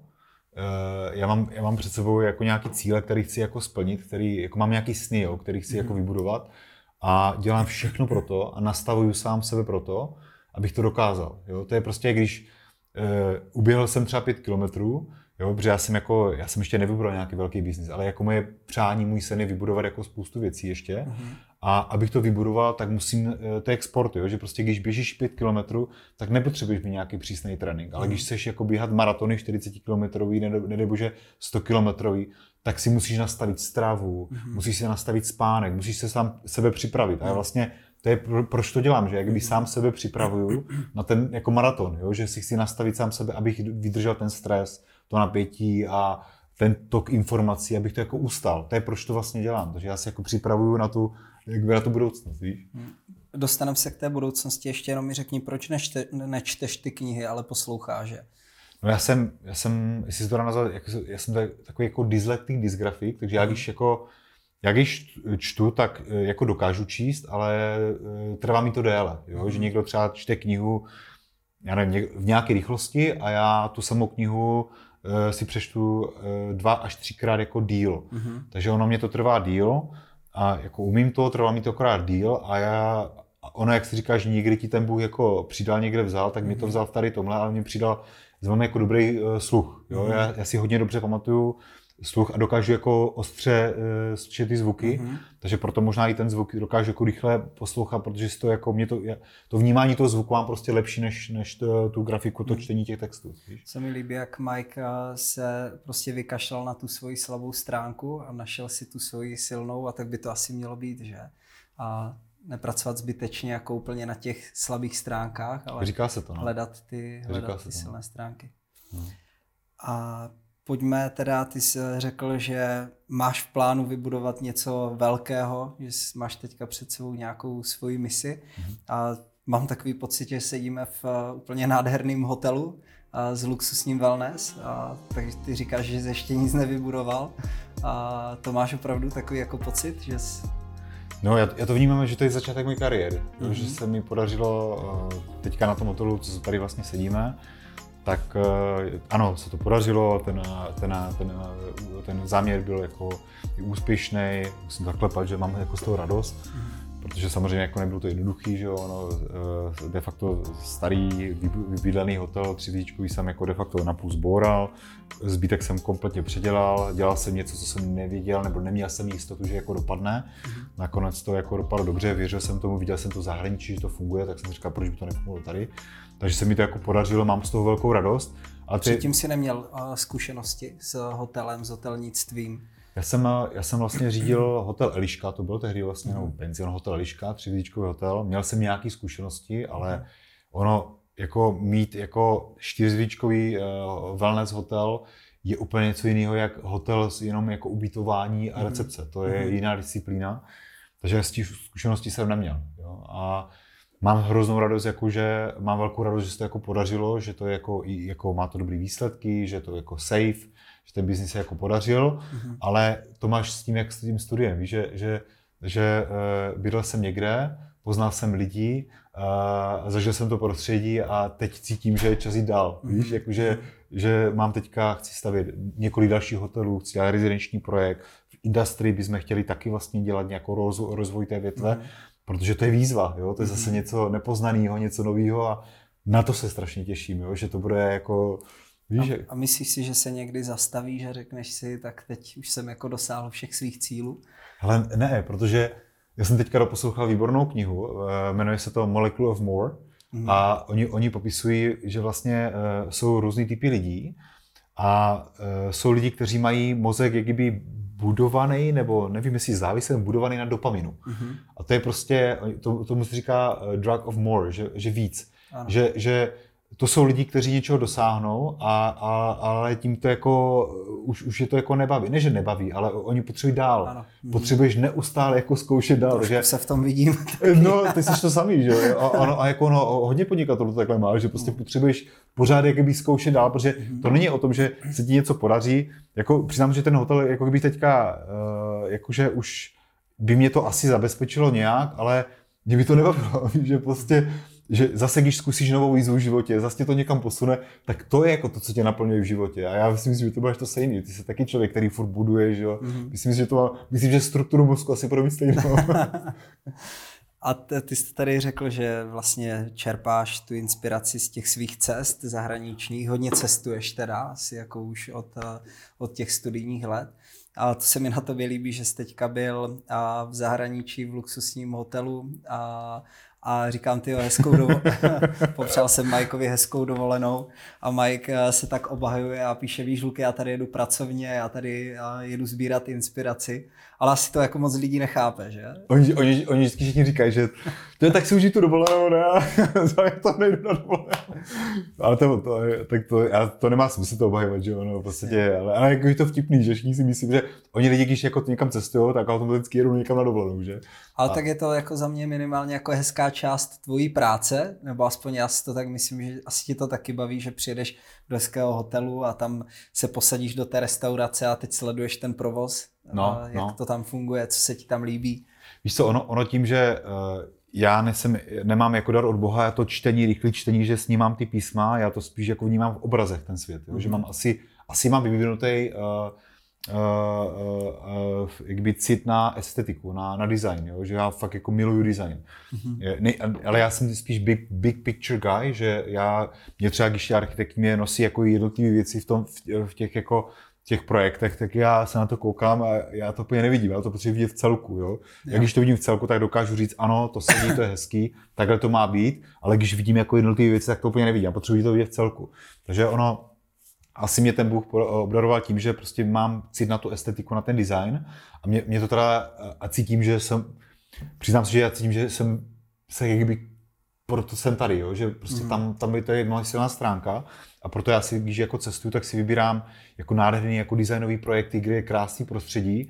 Eh, já, mám, já mám před sebou jako nějaký cíle, který chci jako splnit, který, jako mám nějaký sny, jo, který chci mm-hmm. jako vybudovat a dělám všechno pro to a nastavuju sám sebe pro to, abych to dokázal. Jo. To je prostě, když eh, uběhl jsem třeba pět kilometrů, jo, protože já jsem jako, já jsem ještě nevybudovat nějaký velký biznis, ale jako moje přání, můj sen je vybudovat jako spoustu věcí ještě. Mm-hmm. A abych to vybudoval, tak musím, to je jak sport, jo, že prostě když běžíš pět kilometrů, tak nepotřebuješ mít nějaký přísný trénink. Ale mm. když chceš jako běhat maratony čtyřicet kilometrový, nedej bože sto kilometrový, tak si musíš nastavit stravu, mm. musíš si nastavit spánek, musíš se sám sebe připravit. A vlastně to je pro, proč to dělám, že jak kdyby sám sebe připravuju na ten jako maraton, jo, že si chci nastavit sám sebe, abych vydržel ten stres, to napětí a ten tok informací, abych to jako ustal. To je proč to vlastně dělám, takže já se jako připravuju na tu jakby na tu budoucnost, víš? Dostaneme se k té budoucnosti, ještě jenom mi řekni, proč nečte, nečteš ty knihy, ale posloucháš je? No já jsem, já jsem, jestli se to dá nazvat, já jsem takový jako dyslektik, dysgrafik, takže já když jako, já když čtu, tak jako dokážu číst, ale trvá mi to déle, jo? Mm. Že někdo třeba čte knihu, já nevím, v nějaké rychlosti a já tu samou knihu si přečtu dva až třikrát jako díl. Mm. Takže ono mě to trvá díl. A jako umím to, trvá mi to akorát díl a já, ono jak si říkáš, někdy ti ten Bůh jako přidal, někde vzal, tak mi to vzal v tady tomhle, ale mě přidal velmi jako dobrý uh, sluch. Jo? Já, já si hodně dobře pamatuju sluch a dokážu jako ostře uh, slyšet ty zvuky, mm-hmm. takže proto možná i ten zvuk dokážu jako rychle poslouchat, protože si to jako mě to, to vnímání toho zvuku mám prostě lepší než, než to, tu grafiku, to čtení těch textů. Víš? Se mi líbí, jak Mike se prostě vykašlal na tu svoji slabou stránku a našel si tu svoji silnou a tak by to asi mělo být, že? A nepracovat zbytečně jako úplně na těch slabých stránkách, ale Říká se to, no. hledat ty, hledat ty to, silné no. stránky. No. A pojďme teda, ty jsi řekl, že máš v plánu vybudovat něco velkého, že máš teďka před sebou nějakou svoji misi mm-hmm. a mám takový pocit, že sedíme v úplně nádherném hotelu a s luxusním wellness, a takže ty říkáš, že jsi ještě nic nevybudoval a to máš opravdu takový jako pocit, že jsi... No já, já to vnímám, že to je začátek mojí kariéry, mm-hmm. že se mi podařilo teďka na tom hotelu, co tady vlastně sedíme, tak ano, se to podařilo, ten, ten, ten, ten záměr byl jako úspěšný, musím zaklepat, že mám jako z toho radost, mm. protože samozřejmě jako nebylo to jednoduchý, že jo, no, de facto starý vybydlený hotel, třiříčkový jsem jako de facto napůl zboural, zbytek jsem kompletně předělal, dělal jsem něco, co jsem nevěděl, nebo neměl jsem jistotu, že jako dopadne, mm. nakonec to jako dopadlo dobře, věřil jsem tomu, viděl jsem to zahraničí, že to funguje, tak jsem říkal, proč by to nefungovalo tady. Takže se mi to jako podařilo, mám z toho velkou radost. A ty... Předtím jsi neměl uh, zkušenosti s hotelem, s hotelnictvím? Já jsem, já jsem vlastně řídil hotel Eliška, to byl tehdy vlastně mm. no, penzion hotel Eliška, třiříčkový hotel. Měl jsem nějaké zkušenosti, ale ono jako mít jako čtyřhvězdičkový uh, wellness hotel je úplně něco jiného, jak hotel s jenom jako ubytování a recepce. To je mm. jiná disciplína, takže z těch zkušeností jsem neměl. Jo. A mám hroznou radost, jako že mám velkou radost, že se to jako podařilo, že to je jako, jako má to dobrý výsledky, že to je jako safe, že ten biznis se jako podařil, mm-hmm. ale to máš s tím, jak s tím studiem, víš, že, že, že uh, bydlel jsem někde, poznal jsem lidi, uh, zažil jsem to prostředí a teď cítím, že je čas jít dál, mm-hmm. víš, jako, že, že mám teďka, chci stavět několik dalších hotelů, chci dělat rezidenční projekt, v industrii bychom chtěli taky vlastně dělat nějakou rozvoj, rozvoj té větve, mm-hmm. protože to je výzva, jo? To je zase něco nepoznaného, něco nového a na to se strašně těším, jo? Že to bude jako, víš, a, a myslíš si, že se někdy zastavíš a řekneš si, tak teď už jsem jako dosáhl všech svých cílů? Ale ne, protože já jsem teďka doposlouchal výbornou knihu, jmenuje se to Molecule of More mm. a oni, oni popisují, že vlastně uh, jsou různý typy lidí a uh, jsou lidi, kteří mají mozek jak kdyby budovaný, nebo nevím, jestli závislý, budovaný na dopaminu. Mm-hmm. A to je prostě, to, tomu se říká drug of more, že, že víc. Že, že to jsou lidi, kteří něčeho dosáhnou, a, a, ale tím to jako, už, už je to jako nebaví. Ne, že nebaví, ale oni potřebují dál. Ano. Potřebuješ neustále jako zkoušet dál. Trošku se v tom vidím. No, ty jsi to samý, že jo. A, a, a jako no, hodně podnikatelů to takhle má, že prostě mm. potřebuješ pořád jakoby zkoušet dál, protože mm. to není o tom, že se ti něco podaří. Jako přiznám, že ten hotel, jako kdyby teďka, uh, jakože už by mě to asi zabezpečilo nějak, ale mě by to nebavilo, že prostě že zase, když zkusíš novou výzvu v životě, zase tě to někam posune, tak to je jako to, co tě naplňuje v životě. A já myslím, že to budeš to stejný. Ty jsi taky člověk, který furt buduje, že jo. Mm-hmm. Myslím, že to má, myslím, že strukturu mozku asi bude mít stejnou. A ty jsi tady řekl, že vlastně čerpáš tu inspiraci z těch svých cest zahraničních. Hodně cestuješ teda, asi jako už od, od těch studijních let. A to se mi na tobě líbí, že jsi teďka byl v zahraničí v luxusním hotelu a A říkám, tyjo, hezkou dovolenou. Popřál jsem Mikeovi hezkou dovolenou a Mike se tak obhajuje a píše, víš, Luky, já tady jedu pracovně, já tady jedu sbírat inspiraci, ale asi to jako moc lidí nechápe, že? Oni, oni, oni vždycky všichni říkají, že to je tak si užít tu dovolenou, ne? Já to nejdu na dovolenou. Ale to, to, tak to, já, to nemá smysl to obhajovat, že jo, no, v podstatě, ale, ale jako je to vtipný, že všichni si myslí, že oni lidi, když jako někam cestují, tak automaticky jedou někam na dovolenou, že? Ale a... tak je to jako za mě minimálně jako hezká část tvojí práce, nebo aspoň já si to tak myslím, že asi ti to taky baví, že přijedeš do hezkého hotelu a tam se posadíš do té restaurace a teď sleduješ ten provoz, no, jak no. to tam funguje, co se ti tam líbí. Víš co, ono, ono tím, že uh, já nesem, nemám jako dar od Boha, já to čtení, rychlé čtení, že snímám ty písma, já to spíš jako vnímám v obrazech ten svět, jo? Mm-hmm. Že mám asi, asi mám vyvinutý uh, Uh, uh, uh, jakby cit na estetiku, na, na design, jo? Že já fakt jako miluju design. Mm-hmm. Ne, ale já jsem spíš big, big picture guy, že já, mě třeba, když architekt mě nosí jako jednotlivé věci v, tom, v, v těch jako těch projektech, tak já se na to koukám a já to úplně nevidím, já to potřebuji vidět v celku. Jo? Já když to vidím v celku, tak dokážu říct, ano, to sedí, to je hezký, takhle to má být, ale když vidím jako jednotlivé věci, tak to úplně nevidím, já potřebuji to vidět v celku. Takže ono, asi mě ten Bůh obdaroval tím, že prostě mám cít na tu estetiku, na ten design a mě, mě to teda, a cítím, že jsem, přiznám se, že já cítím, že jsem se jakby, proto jsem tady, jo? Že prostě mm. tam, tam je to moje silná stránka a proto já si, když jako cestuju, tak si vybírám jako nádherný jako designový projekty, kde je krásný prostředí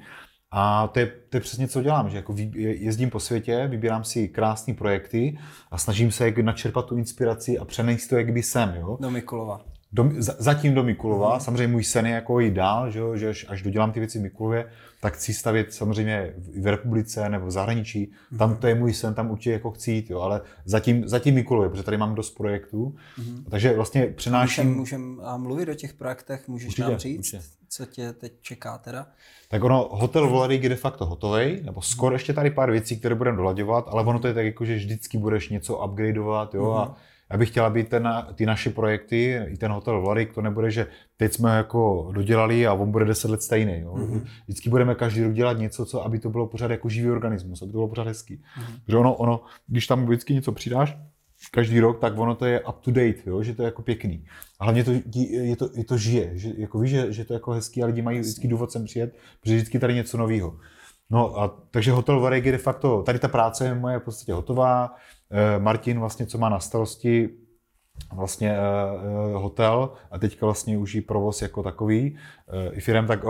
a to je, to je přesně, co dělám, že jako jezdím po světě, vybírám si krásné projekty a snažím se jak načerpat tu inspiraci a přenést to jakby sem, jo. Do Mikulova. Do, zatím do Mikulova, mm. samozřejmě můj sen je jako jít dál, že, že až dodělám ty věci v Mikulově, tak chci stavět samozřejmě v republice nebo v zahraničí, mm. tam to je můj sen, tam určitě jako chci jít, jo, ale zatím, zatím Mikulově, protože tady mám dost projektů, mm. takže vlastně přenáším... Můžem, můžem mluvit o těch projektech, můžeš určitě, nám říct, určitě. Co tě teď čeká teda? Tak ono, hotel Volarik je de facto hotovej, nebo skoro ještě tady pár věcí, které budeme dolaďovat, ale ono to je tak jako, že vždycky budeš něco upgradeovat, jo, mm. a já bych chtěla být ten, ty naše projekty, i ten hotel Volarik, to nebude, že teď jsme jako dodělali a on bude deset let stejný. Jo. Mm-hmm. Vždycky budeme každý rok dělat něco, co, aby to bylo pořád jako živý organismus, aby to bylo pořád hezký. Mm-hmm. Protože ono, ono, když tam vždycky něco přidáš, každý rok, tak ono to je up to date, jo, že to je jako pěkný. A hlavně to, je to, je to žije, že jako víš, že, že to je jako hezký a lidi mají vždycky důvod sem přijet, protože vždycky tady něco nového. No a takže hotel Volarik je de facto, tady ta práce je moje v podstatě hotová. Martin vlastně, co má na starosti vlastně uh, hotel a teďka vlastně už i provoz jako takový uh, i firem, tak uh,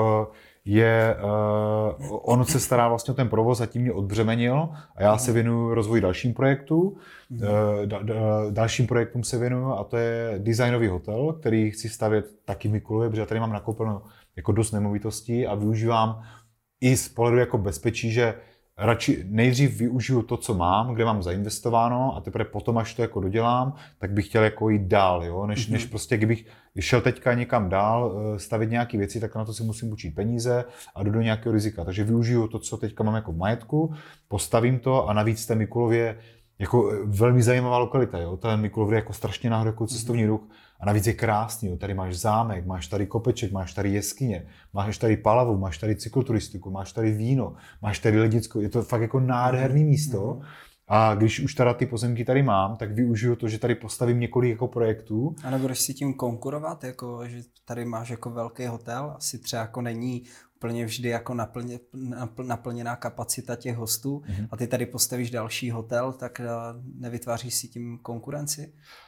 je, uh, on se stará vlastně o ten provoz a tím mě odbřemenil a já se věnuju rozvoji dalším projektů. Uh, da, da, dalším projektům se věnuju a to je designový hotel, který chci stavět taky v Mikulově, protože tady mám nakoupeno jako dost nemovitostí a využívám i z pohledu jako bezpečí, že radši nejdřív využiju to, co mám, kde mám zainvestováno a teprve potom, až to jako dodělám, tak bych chtěl jako jít dál, jo? Než, mm-hmm. než prostě, kdybych šel teďka někam dál, stavit nějaké věci, tak na to si musím učit peníze a jdu do nějakého rizika. Takže využiju to, co teďka mám jako v majetku, postavím to a navíc v té Mikulově jako velmi zajímavá lokalita, jo? Ten Mikulov je jako strašně nahoře jako cestovní ruch. A navíc je krásný, jo. Tady máš zámek, máš tady kopeček, máš tady jeskyně, máš tady palavu, máš tady cykloturistiku, máš tady víno, máš tady ledickou, je to fakt jako nádherný místo. A když už teda ty pozemky tady mám, tak využiju to, že tady postavím několik jako projektů. A nebudeš si tím konkurovat, jako, že tady máš jako velký hotel, asi třeba jako není úplně vždy jako naplně, naplněná kapacita těch hostů mm-hmm. a ty tady postavíš další hotel, tak nevytváříš si tím konkurenci?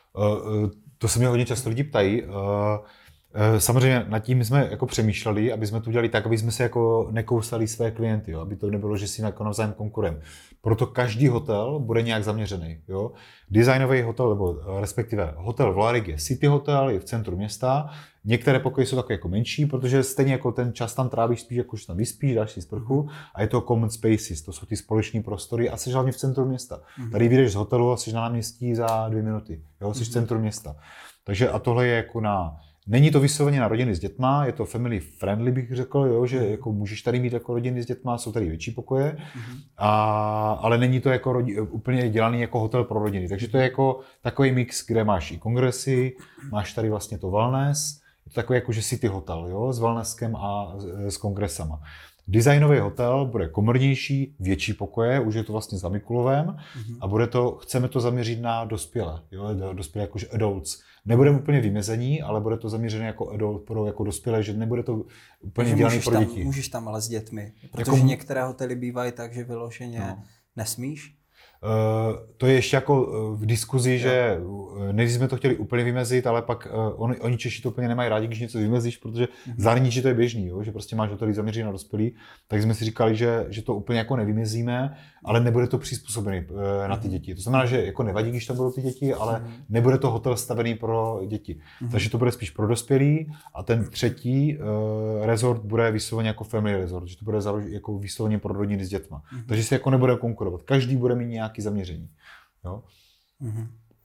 Uh, to se mě hodně často lidi ptají. Uh, Samozřejmě nad tím jsme jako přemýšleli, aby jsme to udělali tak, aby jsme se jako nekousali své klienty, jo? Aby to nebylo, že si jako navzájem konkurujeme. Proto každý hotel bude nějak zaměřený. Jo? Designový hotel, nebo respektive hotel v Larig je city hotel, je v centru města. Některé pokoje jsou takové jako menší, protože stejně jako ten čas tam trávíš spíš, jako že tam vyspíš, dáš si sprchu a je to common spaces, to jsou ty společní prostory a jsi hlavně v centru města. Tady vyjdeš z hotelu a jsi na náměstí za dvě minuty, jo? Jsi v centru města. Takže a tohle je jako na Není to vysloveně na rodiny s dětma, je to family friendly, bych řekl, jo, že jako můžeš tady mít jako rodiny s dětma, jsou tady větší pokoje, mm-hmm. a, ale není to jako rodi, úplně dělaný jako hotel pro rodiny. Takže to je jako takový mix, kde máš i kongresy, máš tady vlastně to wellness, je to takový jako že city hotel, jo, s wellnesskem a s kongresama. Designový hotel bude komornější, větší pokoje, už je to vlastně za Mikulovem mm-hmm. a bude to, chceme to zaměřit na dospělé, jo, dospělé jakože adults. Nebudeme úplně vymezení, ale bude to zaměřené jako adult pro jako dospělé, že nebude to úplně dělané pro děti. Tam, můžeš tam ale s dětmi, protože jako, některé hotely bývají tak, že vyloženě no. nesmíš. Uh, to je ještě jako v diskuzi, jo. že než jsme to chtěli úplně vymezit, ale pak uh, on, oni Češi to úplně nemají rádi, když něco vymezíš, protože mm-hmm. v zahraničí to je běžný, jo? Že prostě máš hotely zaměřený na dospělí, tak jsme si říkali, že, že to úplně jako nevymezíme, ale nebude to přizpůsobený uh, na ty děti. To znamená, že jako nevadí, když tam budou ty děti, ale mm-hmm. nebude to hotel stavený pro děti. Mm-hmm. Takže to bude spíš pro dospělí a ten třetí uh, resort bude vysloveně jako family resort, že to bude založ, jako vysloveně pro rodiny s dětma. Mm-hmm. Takže se jako nebude konkurovat. Každý bude mít nějaký zaměření. Jo? Mm-hmm.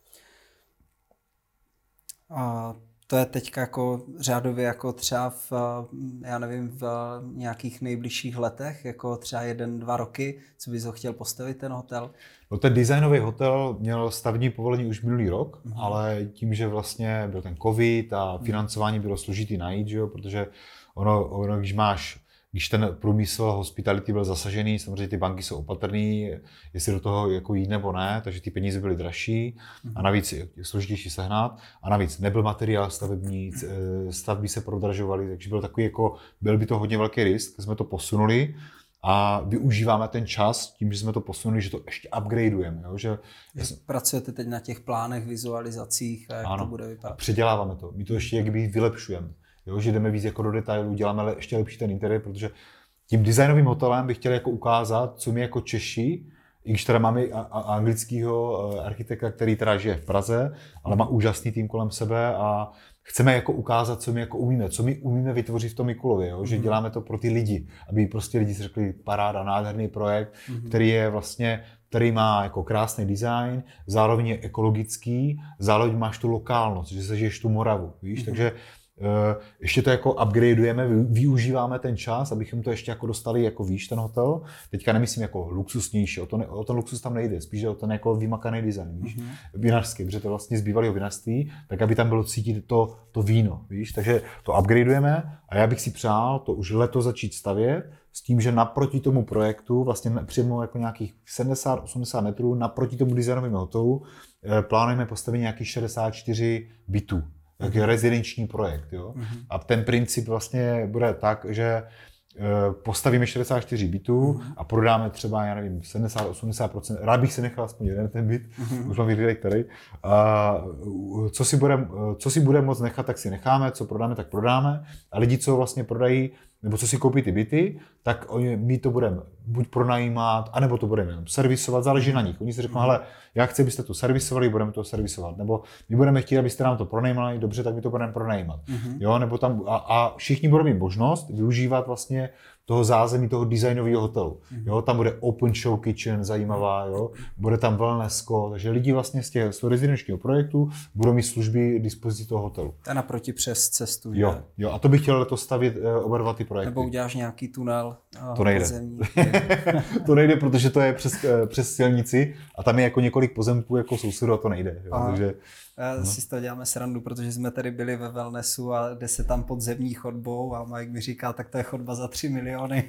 A to je teďka jako řádově jako třeba v, já nevím, v nějakých nejbližších letech, jako třeba jeden, dva roky, co bys ho chtěl postavit ten hotel? No ten designový hotel měl stavební povolení už minulý rok, mm-hmm. ale tím, že vlastně byl ten covid a financování bylo složitý najít, že jo, protože ono, ono když máš Když ten průmysl hospitality byl zasažený, samozřejmě ty banky jsou opatrný, jestli do toho jako jít nebo ne, takže ty peníze byly dražší a navíc je složitější sehnat a navíc nebyl materiál stavební, stavby se prodražovaly, takže byl takový jako, byl by to hodně velký risk, jsme to posunuli a využíváme ten čas tím, že jsme to posunuli, že to ještě upgradeujeme. Jo? Že pracujete teď na těch plánech, vizualizacích a jak ano, to bude vypadat? Předěláváme to, my to ještě jakby vylepšujeme. Jo, že jdeme víc jako do detailů, děláme ještě lepší ten interiér, protože tím designovým hotelem bych chtěl jako ukázat, co my jako Češi, i když teda máme anglického architekta, který teda žije v Praze, ale má úžasný tým kolem sebe a chceme jako ukázat, co my jako umíme, co my umíme vytvořit v tom Mikulově, jo? Že děláme to pro ty lidi, aby prostě lidi si řekli paráda, nádherný projekt, mm-hmm. který je vlastně, který má jako krásný design, zároveň je ekologický, zároveň máš tu lokálnost, že se žiješ tu Moravu, víš, mm-hmm. takže Uh, ještě to jako upgradeujeme, využíváme ten čas, abychom to ještě jako dostali jako výš ten hotel. Teďka nemyslím jako luxusnější, o, to ne, o ten luxus tam nejde, spíš o ten jako vymakaný design, víš, mm-hmm. vinařský, protože to vlastně z bývalého vinařství, tak aby tam bylo cítit to, to víno, víš, takže to upgradeujeme a já bych si přál to už letos začít stavět s tím, že naproti tomu projektu, vlastně přímo jako nějakých sedmdesát osmdesát metrů, naproti tomu designovému hotelu plánujeme postavit nějakých šedesát čtyři bytů. Tak je rezidenční projekt, jo. Mm-hmm. A ten princip vlastně bude tak, že postavíme šedesát čtyři bytů mm-hmm. a prodáme třeba, já nevím, sedmdesát osmdesát procent, rád bych se nechal aspoň jeden ten byt, mm-hmm. už mám vyhlídek tady. A co si budeme co si budeme moct nechat, tak si necháme, co prodáme, tak prodáme. A lidi, co vlastně prodají, nebo co si koupí ty byty, tak oni, my to budeme buď pronajímat, anebo to budeme jenom servisovat, záleží na nich. Oni si řeknou, hele, já chci, abyste to servisovali, budeme to servisovat. Nebo my budeme chtít, abyste nám to pronajímali, dobře, tak my to budeme pronajímat. Mm-hmm. Jo, nebo tam, a, a všichni budou mít možnost využívat vlastně toho zázemí, toho designového hotelu. Mm-hmm. Jo, tam bude open show kitchen, zajímavá, jo, bude tam wellnessko, takže lidi vlastně z těch z toho rezidenčního projektu budou mít služby k dispozici toho hotelu. A naproti přes cestu. Jo, jo, a to bych chtěl letos stavit oba dva ty projekty. Nebo uděláš nějaký tunel. To nejde. To nejde, protože to je přes, přes silnici a tam je jako několik pozemků jako sousedů a to nejde. Jo, takže, já no. si z toho děláme srandu, protože jsme tady byli ve wellnessu a jde se tam podzemní chodbou a Mike mi říká, tak to je chodba za tři miliony.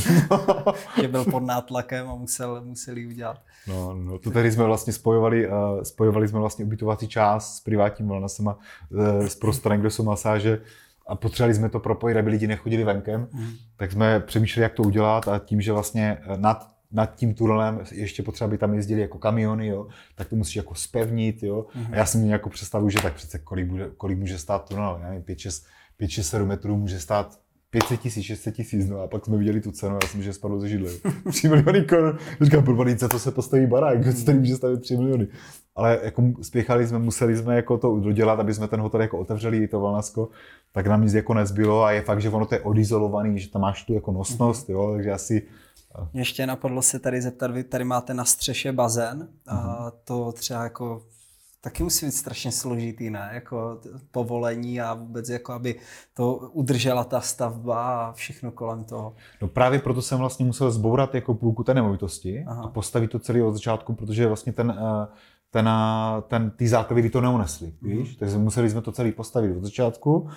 Že byl pod nátlakem a musel, musel ji udělat. No, no, to tady jsme vlastně spojovali, uh, spojovali jsme vlastně ubytovací část s privátním wellnessem a uh, s prostorem, kde jsou masáže a potřebovali jsme to propojit, aby lidi nechodili venkem, mm. tak jsme přemýšleli, jak to udělat a tím, že vlastně nad nad tím tunelem ještě potřeba, aby tam jezdili jako kamiony, jo, tak to musíš jako zpevnit, jo. Mm-hmm. A já si mě jako představuji, že tak přece kolik, bude, kolik může stát tunel, já nevím, pět šest sedm metrů může stát pět set tisíc, šest set tisíc, no a pak jsme viděli tu cenu, já jsem, že spadlo ze židle. tři miliony korun. Říkám, podvodnice, to se postaví barák, co tady může stavit tři miliony. Ale jako spěchali jsme, museli jsme jako to dodělat, aby jsme ten hotel jako otevřeli, to Valnasko, tak nám nic jako nezbylo a je fakt, že ono to je odizolovaný, že tam máš tu jako nosnost, jo, takže asi... Mě ještě napadlo se tady zeptat, vy tady máte na střeše bazén a to třeba jako taky musí být strašně složitý, ne? Jako povolení a vůbec jako aby to udržela ta stavba a všechno kolem toho. No právě proto jsem vlastně musel zbourat jako půlku té nemovitosti Aha. a postavit to celý od začátku, protože vlastně ten, ten, ten, ty základy by to neunesli, mm. víš? Takže museli jsme to celý postavit od začátku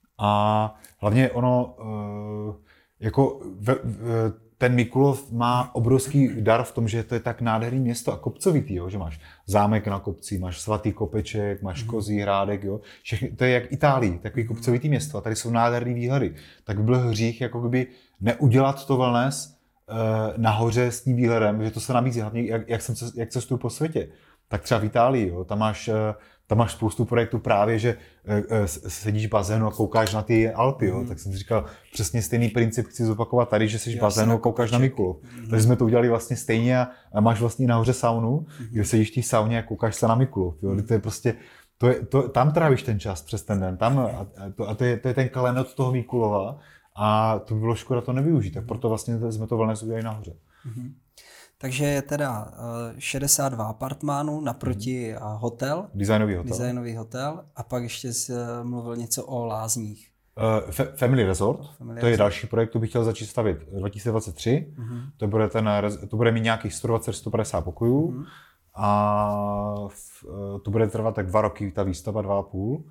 a hlavně ono jako ve, ve, ten Mikulov má obrovský dar v tom, že to je tak nádherný město a kopcovitý, jo? Že máš zámek na kopci, máš svatý kopeček, máš kozí hrádek, jo? Všechny, to je jak Itálii, takový kopcovitý město a tady jsou nádherný výhledy. Tak by byl hřích jako kdyby neudělat to wellness eh, nahoře s tím výhledem, že to se nabízí, hlavně jak, jak, jsem, jak cestuju po světě. Tak třeba v Itálii, jo? Tam máš... Eh, Tam máš spoustu projektů právě, že e, sedíš v bazénu a koukáš na ty Alpy, jo? Mm. Tak jsem si říkal, přesně stejný princip chci zopakovat tady, že jsi v bazénu a koukáš na Mikulov. Mm. Takže jsme to udělali vlastně stejně a, a máš vlastně nahoře saunu, mm. kde sedíš v té sauně a koukáš se na Mikulov. Jo? Mm. To je prostě, to je, to, tam trávíš ten čas přes ten den, tam, a, to, a to, je, to je ten kalenot toho Mikulova a to by bylo škoda to nevyužít, tak proto vlastně jsme to wellness udělali nahoře. Mm. Takže je teda šedesát dva apartmánů, naproti mm. hotel. Designový hotel. Designový hotel. A pak ještě jsi mluvil něco o lázních. Uh, Family Resort, Family to je Resort. další projekt, to bych chtěl začít stavit dva tisíce dvacet tři. Mm. To, bude ten, to bude mít nějakých sto dvacet až sto padesát pokojů. Mm. A v, to bude trvat tak dva roky, ta výstava, dva a půl.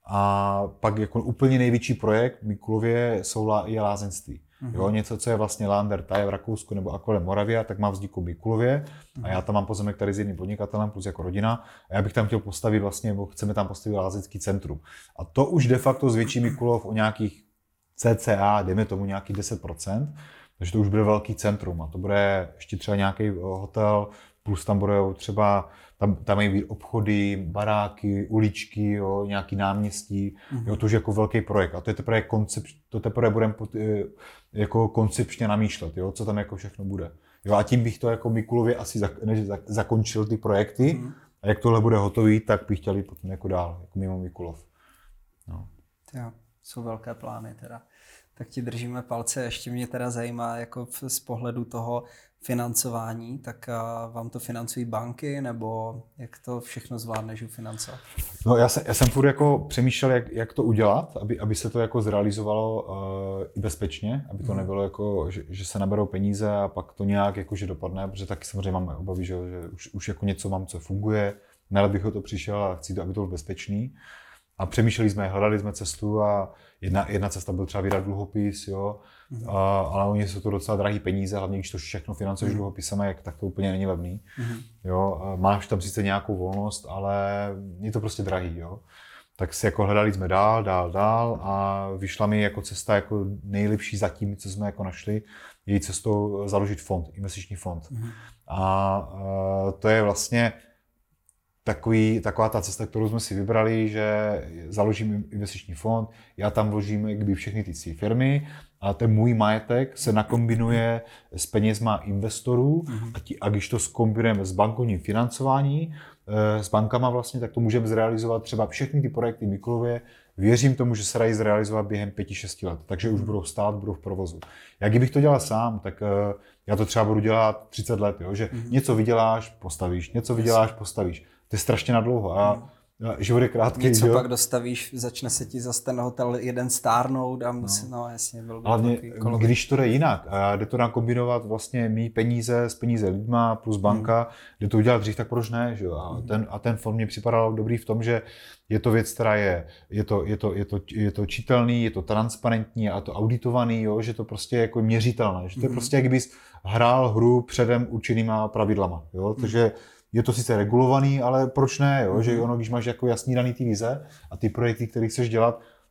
A pak jako úplně největší projekt v Mikulově jsou, je lázeňství. Mm-hmm. Jo, něco, co je vlastně Lander Taj v Rakousku nebo Aquile Moravia, tak má vzniku v Mikulově mm-hmm. a já tam mám pozemek tady s jedním podnikatelem plus jako rodina a já bych tam chtěl postavit vlastně, nebo chceme tam postavit lázeňský centrum. A to už de facto zvětší Mikulov o nějakých cca, dejme tomu nějakých deset procent, takže to už bude velký centrum a to bude ještě třeba nějaký hotel, plus tam budou třeba, tam, tam mají být obchody, baráky, uličky, jo, nějaký náměstí, mm-hmm. jo, to už jako velký projekt a to je teprve koncept, to teprve budeme jako koncepčně namýšlet, jo, co tam jako všechno bude. Jo, a tím bych to jako Mikulově asi zak, než zak, zakončil ty projekty mm-hmm. a jak tohle bude hotový, tak bych chtěl jít potom jako dál, jako mimo Mikulov. No. Jo, jsou velké plány teda. Tak ti držíme palce, ještě mě teda zajímá jako z pohledu toho financování, tak vám to financují banky, nebo jak to všechno zvládneš ufinancovat? No já jsem, já jsem furt jako přemýšlel, jak, jak to udělat, aby, aby se to jako zrealizovalo uh, i bezpečně, aby to mm. nebylo jako, že, že se naberou peníze a pak to nějak jakože dopadne, protože taky samozřejmě máme obavy, že, že už, už jako něco mám, co funguje, nerad bych o to přišel a chci to, aby to bylo bezpečný. A přemýšleli jsme, hledali jsme cestu a jedna, jedna cesta byl třeba vydat dluhopis, jo, mm. a, ale oni jsou to docela drahý peníze, hlavně když to všechno financuješ mm. dluhopisem, jak, tak to úplně není levný. Mm. Jo, a máš tam sice nějakou volnost, ale je to prostě drahý, jo. Tak si jako hledali jsme dál, dál, dál a vyšla mi jako cesta jako nejlepší zatím, co jsme jako našli, její cestou založit fond, investiční fond. Mm. A, a to je vlastně Takový, taková ta cesta, kterou jsme si vybrali, že založím investiční fond, já tam vložím kdyby všechny ty své firmy a ten můj majetek se nakombinuje s penězma investorů mm-hmm. a, ti, a když to zkombinujeme s bankovním financování, e, s bankama vlastně, tak to můžeme zrealizovat třeba všechny ty projekty v Mikulově. Věřím tomu, že se dají zrealizovat během pěti, šesti let, takže už budou stát, budou v provozu. Jak kdybych to dělal sám, tak e, já to třeba budu dělat třicet let, jo, že mm-hmm. něco vyděláš, postavíš, něco vyděláš, postavíš. To je strašně nadlouho a život je krátký. Něco jo? Pak dostavíš, začne se ti zase ten hotel jeden stárnout a musí, no, no jasně, byl by hlavně, když to jde jinak a jde to nakombinovat vlastně mý peníze s peníze lidma plus banka, hmm. jde to udělat dřív, tak proč ne, že jo? A, hmm. ten, a ten fond mě připadal dobrý v tom, že je to věc, která je, je to, je to, je to, je to čitelný, je to transparentní a to auditovaný, jo? Že to prostě je jako měřitelné, že to je hmm. prostě, jak bys hrál hru předem určenýma pravidlama, jo? Takže hmm. je to sice regulovaný, ale proč ne, jo? Mm-hmm. Že ono, když máš jako jasný daný ty vize a ty projekty, které chceš dělat,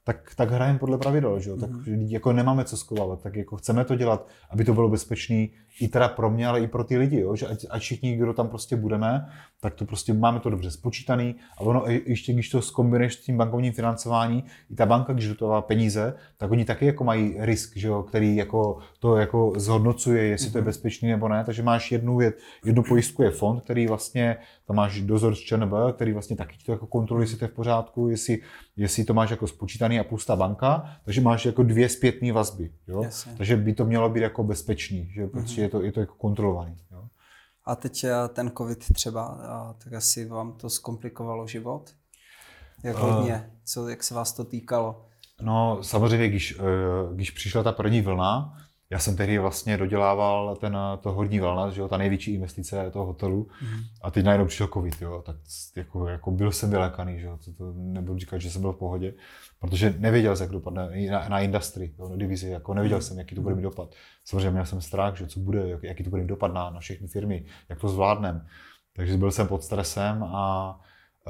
tak, tak hrajeme podle pravidel, že jo? Tak mm-hmm. jako nemáme co schovávat, tak jako chceme to dělat, aby to bylo bezpečný i teda pro mě, ale i pro ty lidi, jo? Že ať, ať všichni, kdo tam prostě budeme, tak to prostě máme to dobře spočítaný a ono ještě, když to zkombinuješ s tím bankovním financování, i ta banka, když dotává peníze, tak oni taky jako mají risk, že jo? Který jako to jako zhodnocuje, jestli mm-hmm. to je bezpečný nebo ne, takže máš jednu věc, jednu pojistku je fond, který vlastně, tam máš dozor z ČNB, který vlastně taky to jako kontroluje, jestli to je v pořádku, jestli, jestli to máš jako spočítaný a pustá banka, takže máš jako dvě zpětné vazby, jo? Takže by to mělo být jako bezpečný, že? Protože mm-hmm. je to, je to jako kontrolovaný. Jo? A teď ten covid třeba, tak asi vám to zkomplikovalo život? Jak hodně? Co, jak se vás to týkalo? No samozřejmě, když, když přišla ta první vlna, já jsem tehdy vlastně dodělával ten, to horní wellness, že jo, ta největší investice toho hotelu mm. a teď najednou přišel covid, jo, tak jako, jako byl jsem vylékaný, že jo, to, to nebudu říkat, že jsem byl v pohodě, protože nevěděl jsem, jak dopadne na, na industry, jo, na divizi, jako nevěděl jsem, jaký to bude mít dopad. Samozřejmě měl jsem strach, že co bude, jak, jaký to bude mít dopad na, na všechny firmy, jak to zvládnem, takže byl jsem pod stresem a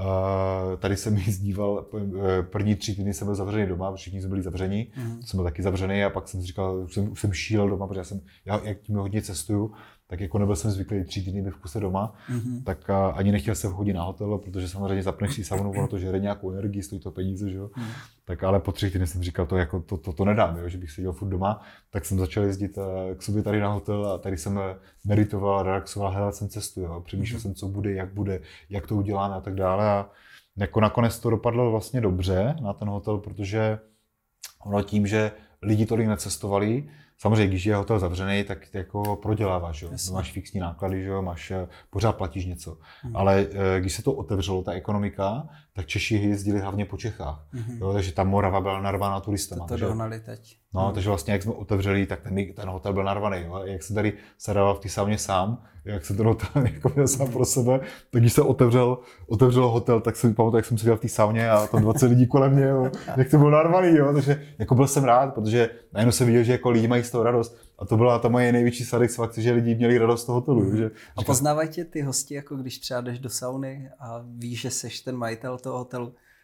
Uh, tady jsem jí díval, první tři týdny jsem byl zavřený doma, všichni jsme byli zavření, mm. jsem byl taky zavřený a pak jsem si říkal, už jsem, už jsem šílel doma, protože já, jsem, já jak tím hodně cestuju, tak jako nebyl jsem zvyklý tři týdny být v kuse doma, mm-hmm. tak uh, ani nechtěl jsem chodit na hotel, protože samozřejmě zapneš si saunu, ono to žere nějakou energii, stojí to peníze, že jo. Mm. Tak ale po třech týdnech jsem říkal, to, jako, to, to, to nedám, jo, že bych seděl furt doma, tak jsem začal jezdit uh, k sobě tady na hotel a tady jsem meditoval, relaxoval, hledal jsem cestu, jo, přemýšlel mm. jsem, co bude, jak bude, jak to uděláme a tak dále. A jako nakonec to dopadlo vlastně dobře na ten hotel, protože ono tím, že lidi tolik necestovali, samozřejmě, když je hotel zavřený, tak ty jako proděláváš, jo? Máš fixní náklady, že jo? Máš, pořád platíš něco. Hmm. Ale když se to otevřelo, ta ekonomika, tak Češi jezdili hlavně po Čechách. Hmm. Jo? Takže ta Morava byla narvaná turistama. To, to dohnali teď. No, hmm. takže vlastně jak jsme otevřeli, tak ten, ten hotel byl narvaný. Jo? Jak se tady sedával v té sauně sám, jak se ten hotel jako měl sám pro sebe, tak když se otevřel, otevřel hotel, tak jsem pamatuju, jak jsem seděl v té sauně a tam dvacet lidí kolem mě, jo? Jak to bylo narvaný, jo? Takže jako byl jsem rád, protože najednou jsem viděl, že jako lidi mají z toho radost. A to byla ta moje největší satisfakce, že lidi měli radost z toho hotelu. Mm. Že, a poznávají tě ty hosti, jako když třeba jdeš do sauny a víš, že seš ten majitel toho hotelu?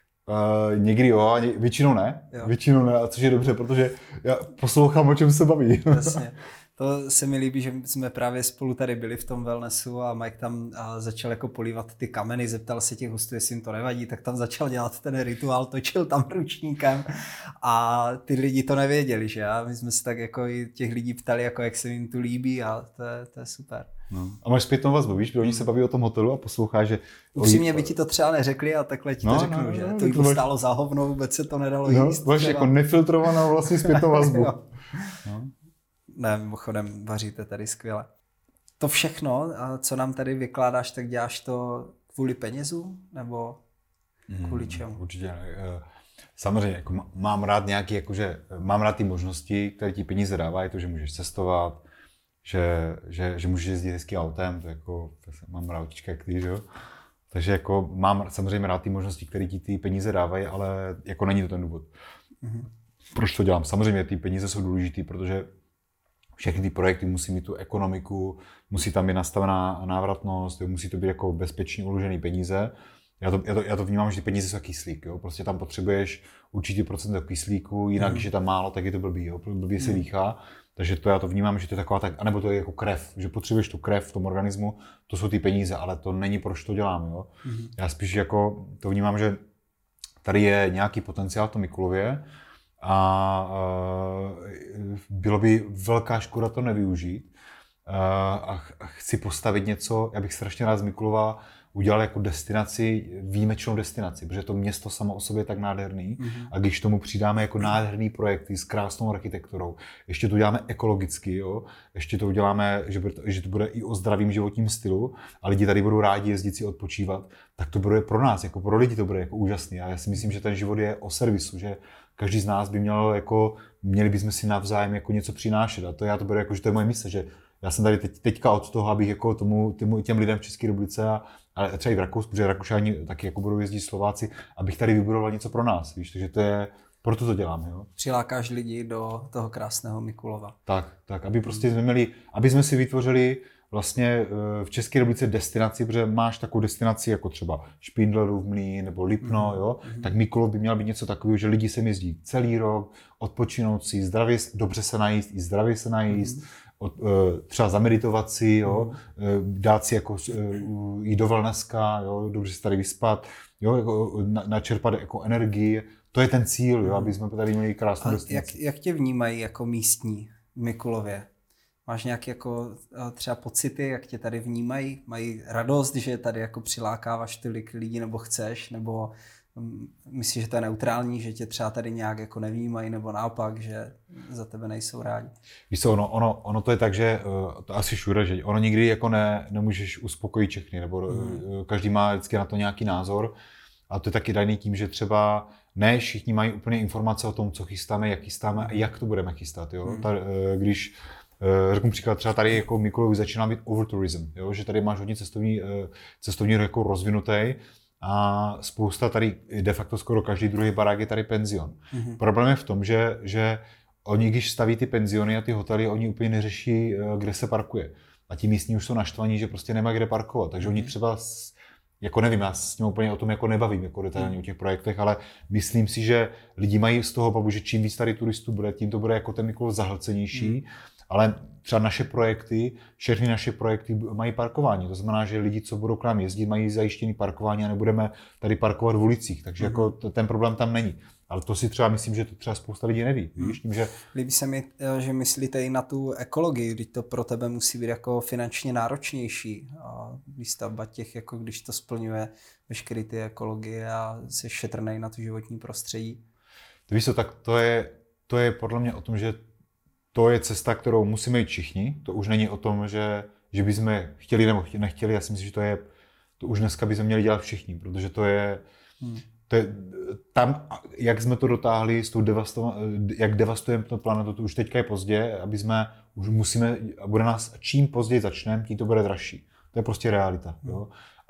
Uh, někdy jo, a ně, většinou ne. Jo. Většinou ne, a což je dobře, protože já poslouchám, o čem se baví. Jasně. To se mi líbí, že jsme právě spolu tady byli v tom wellnessu a Mike tam začal jako polívat ty kameny, zeptal se těch hostů, jestli jim to nevadí, tak tam začal dělat ten rituál, točil tam ručníkem a ty lidi to nevěděli, že? A my jsme se tak jako i těch lidí ptali, jako jak se jim tu líbí a to je, to je super. No. A máš zpětnou vazbu, víš, protože oni se baví o tom hotelu a posloucháš, že... Upřímně by ti to třeba neřekli a takhle ti no, to řeknu, no, že? No, to jí to stálo za hovno, vůbec se to nedalo no, jíst. Máš jako nefiltrovanou vlastně zpětnou vazbu. No. Ne, mimochodem vaříte tady skvěle. To všechno, co nám tady vykládáš, tak děláš to kvůli penězům? Nebo kvůli čemu? Hmm, určitě. Samozřejmě, jako mám rád nějaký, jakože, mám rád ty možnosti, které ti peníze dávají, to, že můžeš cestovat, že, že, že můžeš jezdit hezkým autem, to jako, mám rád autíčka jak ty, že jo? Takže jako mám samozřejmě rád ty možnosti, které ti ty peníze dávají, ale jako není to ten důvod. Mm-hmm. Proč to dělám? Samozřejmě ty peníze jsou důležitý, protože všechny ty projekty musí mít tu ekonomiku, musí tam být nastavená návratnost, jo, musí to být jako bezpečně uložený peníze. Já to, já, to, já to vnímám, že ty peníze jsou kyslík, jo. Prostě tam potřebuješ určitý procent kyslíku, jinak mm. když je tam málo, tak je to blbý, jo. Blbý se dýchá. Takže to já to vnímám, že to je taková tak, anebo to je jako krev, že potřebuješ tu krev v tom organismu, to jsou ty peníze, ale to není proč to dělám, jo. Mm. Já spíš jako to vnímám, že tady je nějaký potenciál v tom Mikulově, a uh, bylo by velká škoda to nevyužít uh, a chci postavit něco, já bych strašně rád z Mikulova udělal jako destinaci, výjimečnou destinaci, protože to město samo o sobě je tak nádherný mm-hmm. a když tomu přidáme jako nádherný projekty s krásnou architekturou, ještě to uděláme ekologicky, jo? Ještě to uděláme, že, bude, že to bude i o zdravým životním stylu a lidi tady budou rádi jezdit si odpočívat, tak to bude pro nás, jako pro lidi to bude jako úžasný a já si myslím, že ten život je o servisu, že každý z nás by měl jako, měli bychom si navzájem jako něco přinášet a to já to beru jako, že to je moje mise, že já jsem tady teď, teďka od toho, abych jako tomu, těm, těm lidem v České republice, a, ale třeba i v Rakousku, protože Rakušáni taky jako budou jezdit Slováci, abych tady vybudoval něco pro nás, víš, takže to je, proto to dělám, jo. Přilákáš lidi do toho krásného Mikulova. Tak, tak, aby prostě jsme měli, aby jsme si vytvořili vlastně v České republice destinaci, protože máš takovou destinaci jako třeba Špindlerův Mlýn nebo Lipno, mm. jo, mm. tak Mikulov by měl být něco takového, že lidi sem jezdí celý rok, odpočinout si, zdravě, dobře se najíst, i zdravě se najíst, mm. od, třeba zameditovat si, jo, mm. dát si jako jít do wellnesska, jo, dobře se tady vyspat, jo, jako načerpat jako energii. To je ten cíl, jo, aby jsme tady měli krásnou destinaci. Jak, jak tě vnímají jako místní v Mikulově? Máš nějaké jako třeba pocity, jak tě tady vnímají? Mají radost, že tady jako přilákáváš tolik lidí, nebo chceš, nebo myslíš, že to je neutrální, že tě třeba tady nějak jako nevnímají, nebo naopak, že za tebe nejsou rádi? Víš co, ono, ono, ono to je tak, že to asi všude, že ono nikdy jako ne, nemůžeš uspokojit všechny, nebo hmm. každý má vždycky na to nějaký názor. A to je taky daný tím, že třeba ne všichni mají úplně informace o tom, co chystáme, jak chystáme a jak to budeme chystat. Jo? Hmm. Ta, když řeknu příklad, třeba tady jako Mikulově začíná být overtourism, jo? Že tady máš hodně cestovní, cestovní jako rozvinutý a spousta tady de facto skoro každý druhý barák je tady penzion. Hmm. Problém je v tom, že, že oni, když staví ty penziony a ty hotely, oni úplně neřeší, kde se parkuje. A ti místní už jsou naštvaní, že prostě nemá kde parkovat. Takže hmm. oni třeba jako nevím, já s tím úplně o tom jako nebavím, jako detailně o těch projektech, ale myslím si, že lidi mají z toho obavu, že čím víc tady turistů bude, tím to bude jako ten Mikulov zahlcenější, mm. ale třeba naše projekty, všechny naše projekty mají parkování, to znamená, že lidi, co budou k nám jezdit, mají zajištěný parkování a nebudeme tady parkovat v ulicích, takže mm. jako ten problém tam není. Ale to si třeba myslím, že to třeba spousta lidí neví. Hmm. Víš, tím, že... Líbí se mi, že myslíte i na tu ekologii, když to pro tebe musí být jako finančně náročnější. A výstavba těch, jako když to splňuje veškeré ty ekologie a se šetrnej na tu životní prostředí. To víš co, tak to je, to je podle mě o tom, že to je cesta, kterou musíme jít všichni. To už není o tom, že, že bychom chtěli nebo nechtěli. Já si myslím, že to je, to už dneska bychom měli dělat všichni, protože to je... Hmm. To je, tam, jak jsme to dotáhli, s tou devasto, jak devastujeme tu planetu, to už teďka je pozdě, aby jsme, už musíme, a bude nás, čím později začneme, tím to bude dražší. To je prostě realita. Jo?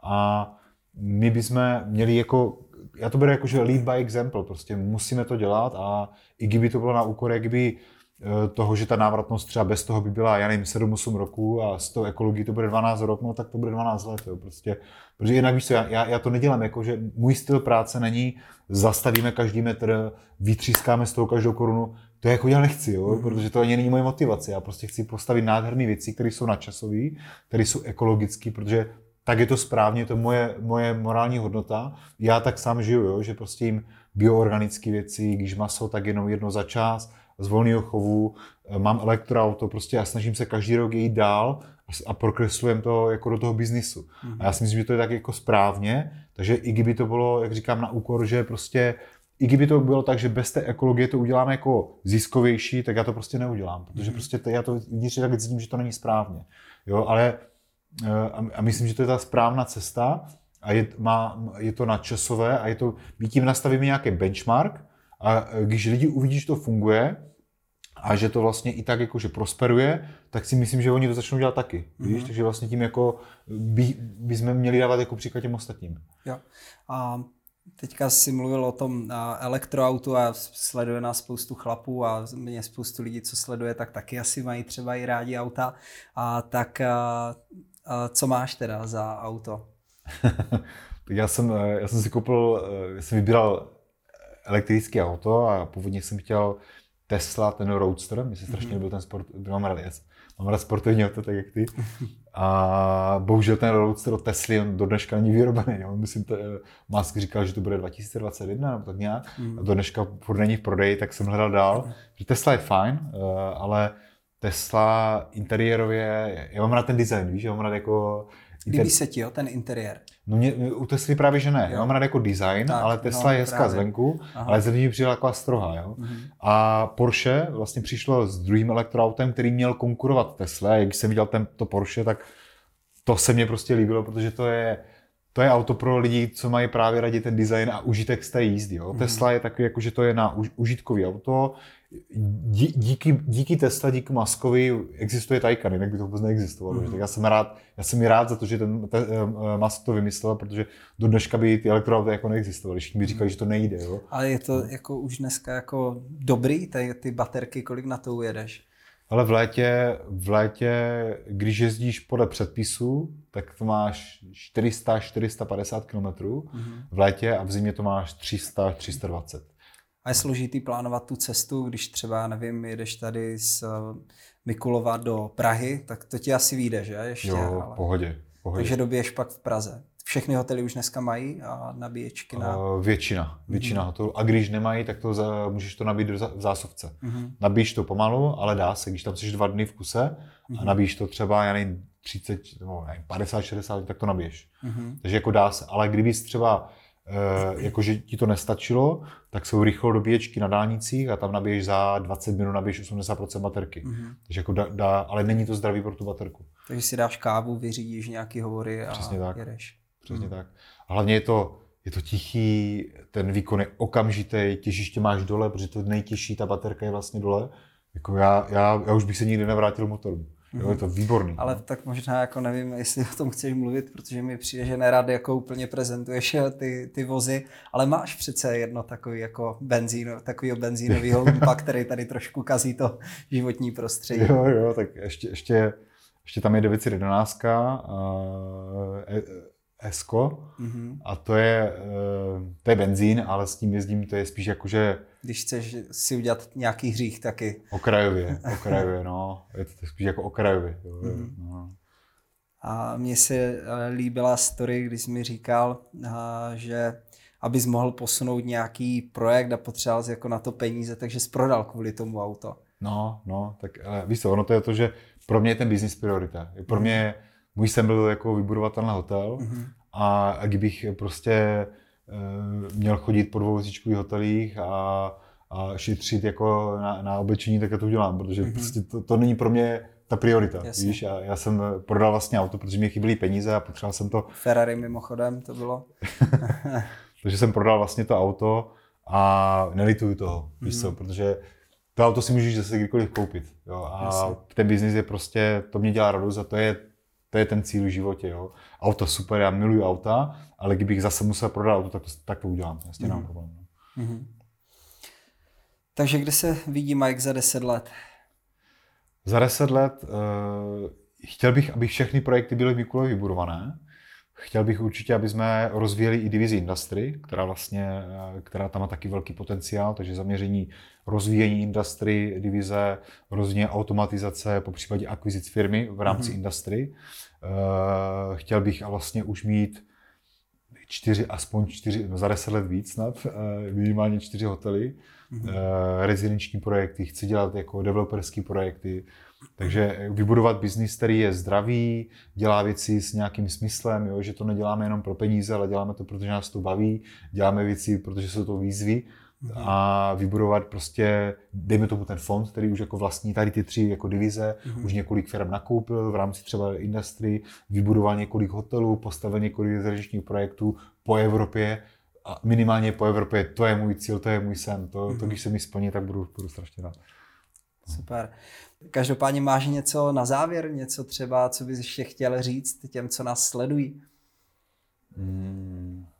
A my bychom měli jako, já to beru jako, že lead by example, prostě musíme to dělat a i kdyby to bylo na úkor, jak by toho, že ta návratnost třeba bez toho by byla, já nevím, sedm osm roků a z toho ekologii to bude dvanáct rok, no tak to bude dvanáct let, jo, prostě. Protože jinak víš co, já, já to nedělám, jako že můj styl práce není, zastavíme každý metr, vytřískáme z toho každou korunu, to jako já nechci, jo, protože to ani není moje motivace, já prostě chci postavit nádherné věci, které jsou nadčasové, které jsou ekologické, protože tak je to správně, to je moje, moje morální hodnota, já tak sám žiju, jo, že prostě jim bioorganické věci, když maso, tak jenom jedno za čas, z volného chovu, mám elektroauto, prostě já snažím se každý rok jít dál a prokreslujem to jako do toho biznisu. Mm-hmm. A já si myslím, že to je tak jako správně, takže i kdyby to bylo, jak říkám, na úkor, že prostě, i kdyby to bylo tak, že bez té ekologie to uděláme jako ziskovější, tak já to prostě neudělám, protože mm-hmm. prostě to, já to vnitřně tak cítím, že to není správně. Jo, ale a, a myslím, že to je ta správná cesta a je, má, je to nadčasové a je to, my tím nastavíme nějaký benchmark. A když lidi uvidí, že to funguje a že to vlastně i tak jakože prosperuje, tak si myslím, že oni to začnou dělat taky. Mm-hmm. Víš? Takže vlastně tím jako by, by jsme měli dávat jako příklad těm ostatním. Jo. A teďka jsi mluvil o tom elektroautu a sleduje nás spoustu chlapů a mě spoustu lidí, co sleduje, tak taky asi mají třeba i rádi auta. A tak a, a co máš teda za auto? Tak já jsem, já jsem si koupil, já jsem vybíral elektrické auto a původně jsem chtěl Tesla, ten Roadster, mi se strašně líbil mm-hmm. ten sport, mám rád, mám rád sportovní auto, tak jak ty. A bohužel ten Roadster od Tesly, on do dneška není vyrobený, jo. Myslím, to, Musk říkal, že to bude dva tisíce dvacet jedna nebo tak nějak, mm. a do dneška furt není v prodeji, tak jsem hledal dál. Že Tesla je fajn, ale Tesla interiérově, já mám rád ten design, víš, já mám rád jako... Líbí se ti, jo, ten interiér? No mě, u Tesly právě, že ne. Jo. Já mám rád jako design, tak, ale Tesla no, je hezká zvenku, aha. ale zevnitř přijela taková strohá. Jo? Mm-hmm. A Porsche vlastně přišlo s druhým elektroautem, který měl konkurovat Tesle. Jak jsem viděl ten, to Porsche, tak to se mně prostě líbilo, protože to je, to je auto pro lidi, co mají právě rádi ten design a užitek z té jízdy. Jo? Mm-hmm. Tesla je takový, jako, že to je na užitkový auto. Díky, díky Tesla, díky Muskovi existuje Taycan, jinak by to vůbec neexistovalo. Mm-hmm. Tak já jsem rád, já jsem i rád za to, že ten te, uh, Musk to vymyslel, protože do dneška by ty elektroauta jako neexistovaly. Všichni by říkali, že to nejde. Jo? Ale je to no. jako už dneska jako dobrý, ty, ty baterky, kolik na to ujedeš? Ale v létě, v létě, když jezdíš podle předpisů, tak to máš čtyři sta až čtyři sta padesát kilometrů mm-hmm. v létě a v zimě to máš tři sta až tři sta dvacet. A je složitý plánovat tu cestu, když třeba, nevím, jedeš tady z Mikulova do Prahy, tak to ti asi vyjde, že? Ještě, jo, ale... pohodě, pohodě. Takže dobiješ pak v Praze. Všechny hotely už dneska mají a nabíječky na... Uh, většina, většina mm-hmm. hotelů. A když nemají, tak to za, můžeš to nabít v zásuvce. Mm-hmm. Nabíjíš to pomalu, ale dá se, když tam jsi dva dny v kuse mm-hmm. a nabíjíš to třeba, já nevím, třicet, nebo nevím, padesát, šedesát, tak to nabiješ. Mm-hmm. Takže jako dá se, ale kdybys třeba, uh, jakože ti to nestačilo, tak jsou rychlodobíječky na dálnicích a tam nabiješ za dvacet minut, nabiješ osmdesát procent baterky. Mm-hmm. Takže jako dá, dá, ale není to zdravý pro tu baterku. Takže si dáš kávu, vyřídíš nějaký hovory a přesně tak. jedeš. Přesně hmm. tak. A hlavně je to, je to tichý, ten výkon je okamžitý, těžiště máš dole, protože to nejtěžší, ta baterka je vlastně dole. Jako já, já, já už bych se nikdy nevrátil motoru. Hmm. Jo, je to výborný. Ale no. tak možná jako nevím, jestli o tom chceš mluvit, protože mi přijde, že nerad jako úplně prezentuješ ty, ty vozy, ale máš přece jedno takový jako benzín, takovýho benzínovýho lumpa, který tady trošku kazí to životní prostředí. Jo, jo, tak ještě, ještě, ještě tam je devět set jedenáct. Uh, Esko mm-hmm. a to je, to je benzín, ale s tím jezdím, to je spíš jakože... Když chceš si udělat nějaký hřích taky. Okrajově, okrajově, no. Je to spíš jako okrajově. Jo, mm-hmm. no. A mně se líbila story, když jsi mi říkal, že abys mohl posunout nějaký projekt a potřeboval jsi jako na to peníze, takže jsi prodal kvůli tomu auto. No, no, tak víš co, ono to je to, že pro mě je ten business priorita. Pro mě mm-hmm. Můj sen byl jako vybudovat tenhle hotel mm-hmm. a kdybych prostě e, měl chodit po dvouzíčkových hotelích a, a šetřit jako na, na oblečení, tak já to udělám, protože mm-hmm. prostě to, to není pro mě ta priorita, Jasně. víš, já, já jsem prodal vlastně auto, protože mi chyběly peníze a potřeboval jsem to... Ferrari mimochodem to bylo. Takže jsem prodal vlastně to auto a nelituju toho, mm-hmm. víš co, protože to auto si můžeš zase kdykoliv koupit, jo, a Jasně. ten biznis je prostě, to mě dělá radost a to je To je ten cíl v životě, jo. Auto super, já miluju auta, ale kdybych zase musel prodat auto, tak to, tak to udělám. Jasně nemám problém. Mm-hmm. Takže kde se vidí Mike za deset let? Za deset let uh, chtěl bych, aby všechny projekty byly v Mikulově vybudované. Chtěl bych určitě, aby jsme rozvíjeli i divizi Industry, která vlastně, která tam má taky velký potenciál, takže zaměření rozvíjení Industry, divize, rozvíjení automatizace, popřípadě akvizic firmy v rámci mm-hmm. Industry. Uh, chtěl bych a vlastně už mít čtyři, aspoň čtyři, no za deset let víc snad, uh, minimálně čtyři hotely, mm-hmm. uh, rezidenční projekty, chci dělat jako developerské projekty. Takže vybudovat biznis, který je zdravý, dělá věci s nějakým smyslem, jo? Že to neděláme jenom pro peníze, ale děláme to, protože nás to baví, děláme věci, protože jsou to výzvy mm-hmm. a vybudovat prostě, dejme tomu ten fond, který už jako vlastní tady ty tři jako divize, mm-hmm. už několik firm nakoupil v rámci třeba Industry, vybudoval několik hotelů, postavil několik zahraničních projektů po Evropě a minimálně po Evropě, to je můj cíl, to je můj sen, to, mm-hmm. to když se mi splní, tak budu, budu strašně rád. Super. Každopádně máš něco na závěr, něco třeba, co bys ještě chtěl říct těm, co nás sledují? Hmm.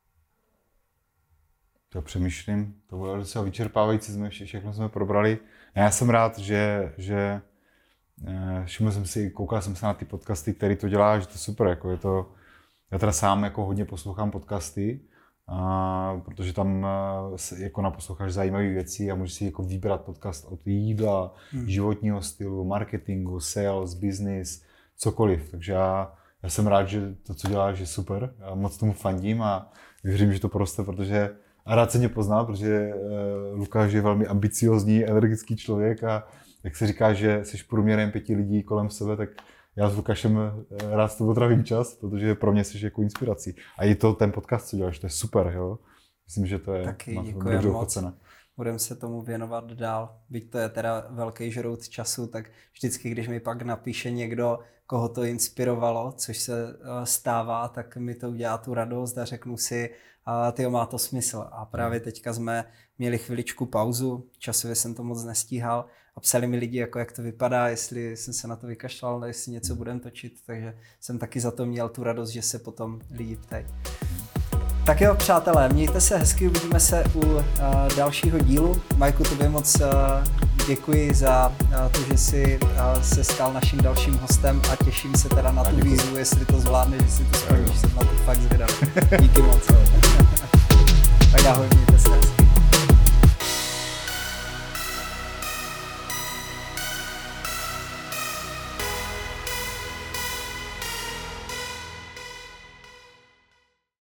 To přemýšlím, to bylo docela vyčerpávající, jsme vše, všechno jsme probrali. Já jsem rád, že, že všiml jsem si, koukal jsem se na ty podcasty, které to dělá, že to je super, jako je to, já teda sám jako hodně poslouchám podcasty, a protože tam jako naposloucháš zajímavé věci a můžeš si jako vybrat podcast od jídla, hmm. životního stylu, marketingu, sales, business, cokoliv. Takže já, já jsem rád, že to, co děláš, je super. Já moc tomu fandím a věřím, že to poroste, protože a rád se mě pozná, protože uh, Lukáš je velmi ambiciózní, energický člověk a jak se říká, že jsi průměrem pěti lidí kolem sebe, tak já s Lukášem rád s tebou trávím čas, protože pro mě jsi jako inspirací. A i to ten podcast, co děláš, to je super, jo. Myslím, že to je taky děkuji moc. Budeme se tomu věnovat dál. Byť to je teda velký žrout času, tak vždycky, když mi pak napíše někdo, koho to inspirovalo, což se stává, tak mi to udělá tu radost a řeknu si, a tyjo, má to smysl. A právě teďka jsme měli chviličku pauzu, časově jsem to moc nestíhal a psali mi lidi, jako jak to vypadá, jestli jsem se na to vykašlal, jestli něco budem točit, takže jsem taky za to měl tu radost, že se potom lidi ptají. Tak jo, přátelé, mějte se hezky, uvidíme se u uh, dalšího dílu. Majku, tobě moc uh, děkuji za to, že jsi se stal naším dalším hostem a těším se teda na tu výzvu, jestli to zvládneš, jestli to splníš, jsem na to fakt zvědavý. Díky moc. Tak ahoj, mějte se.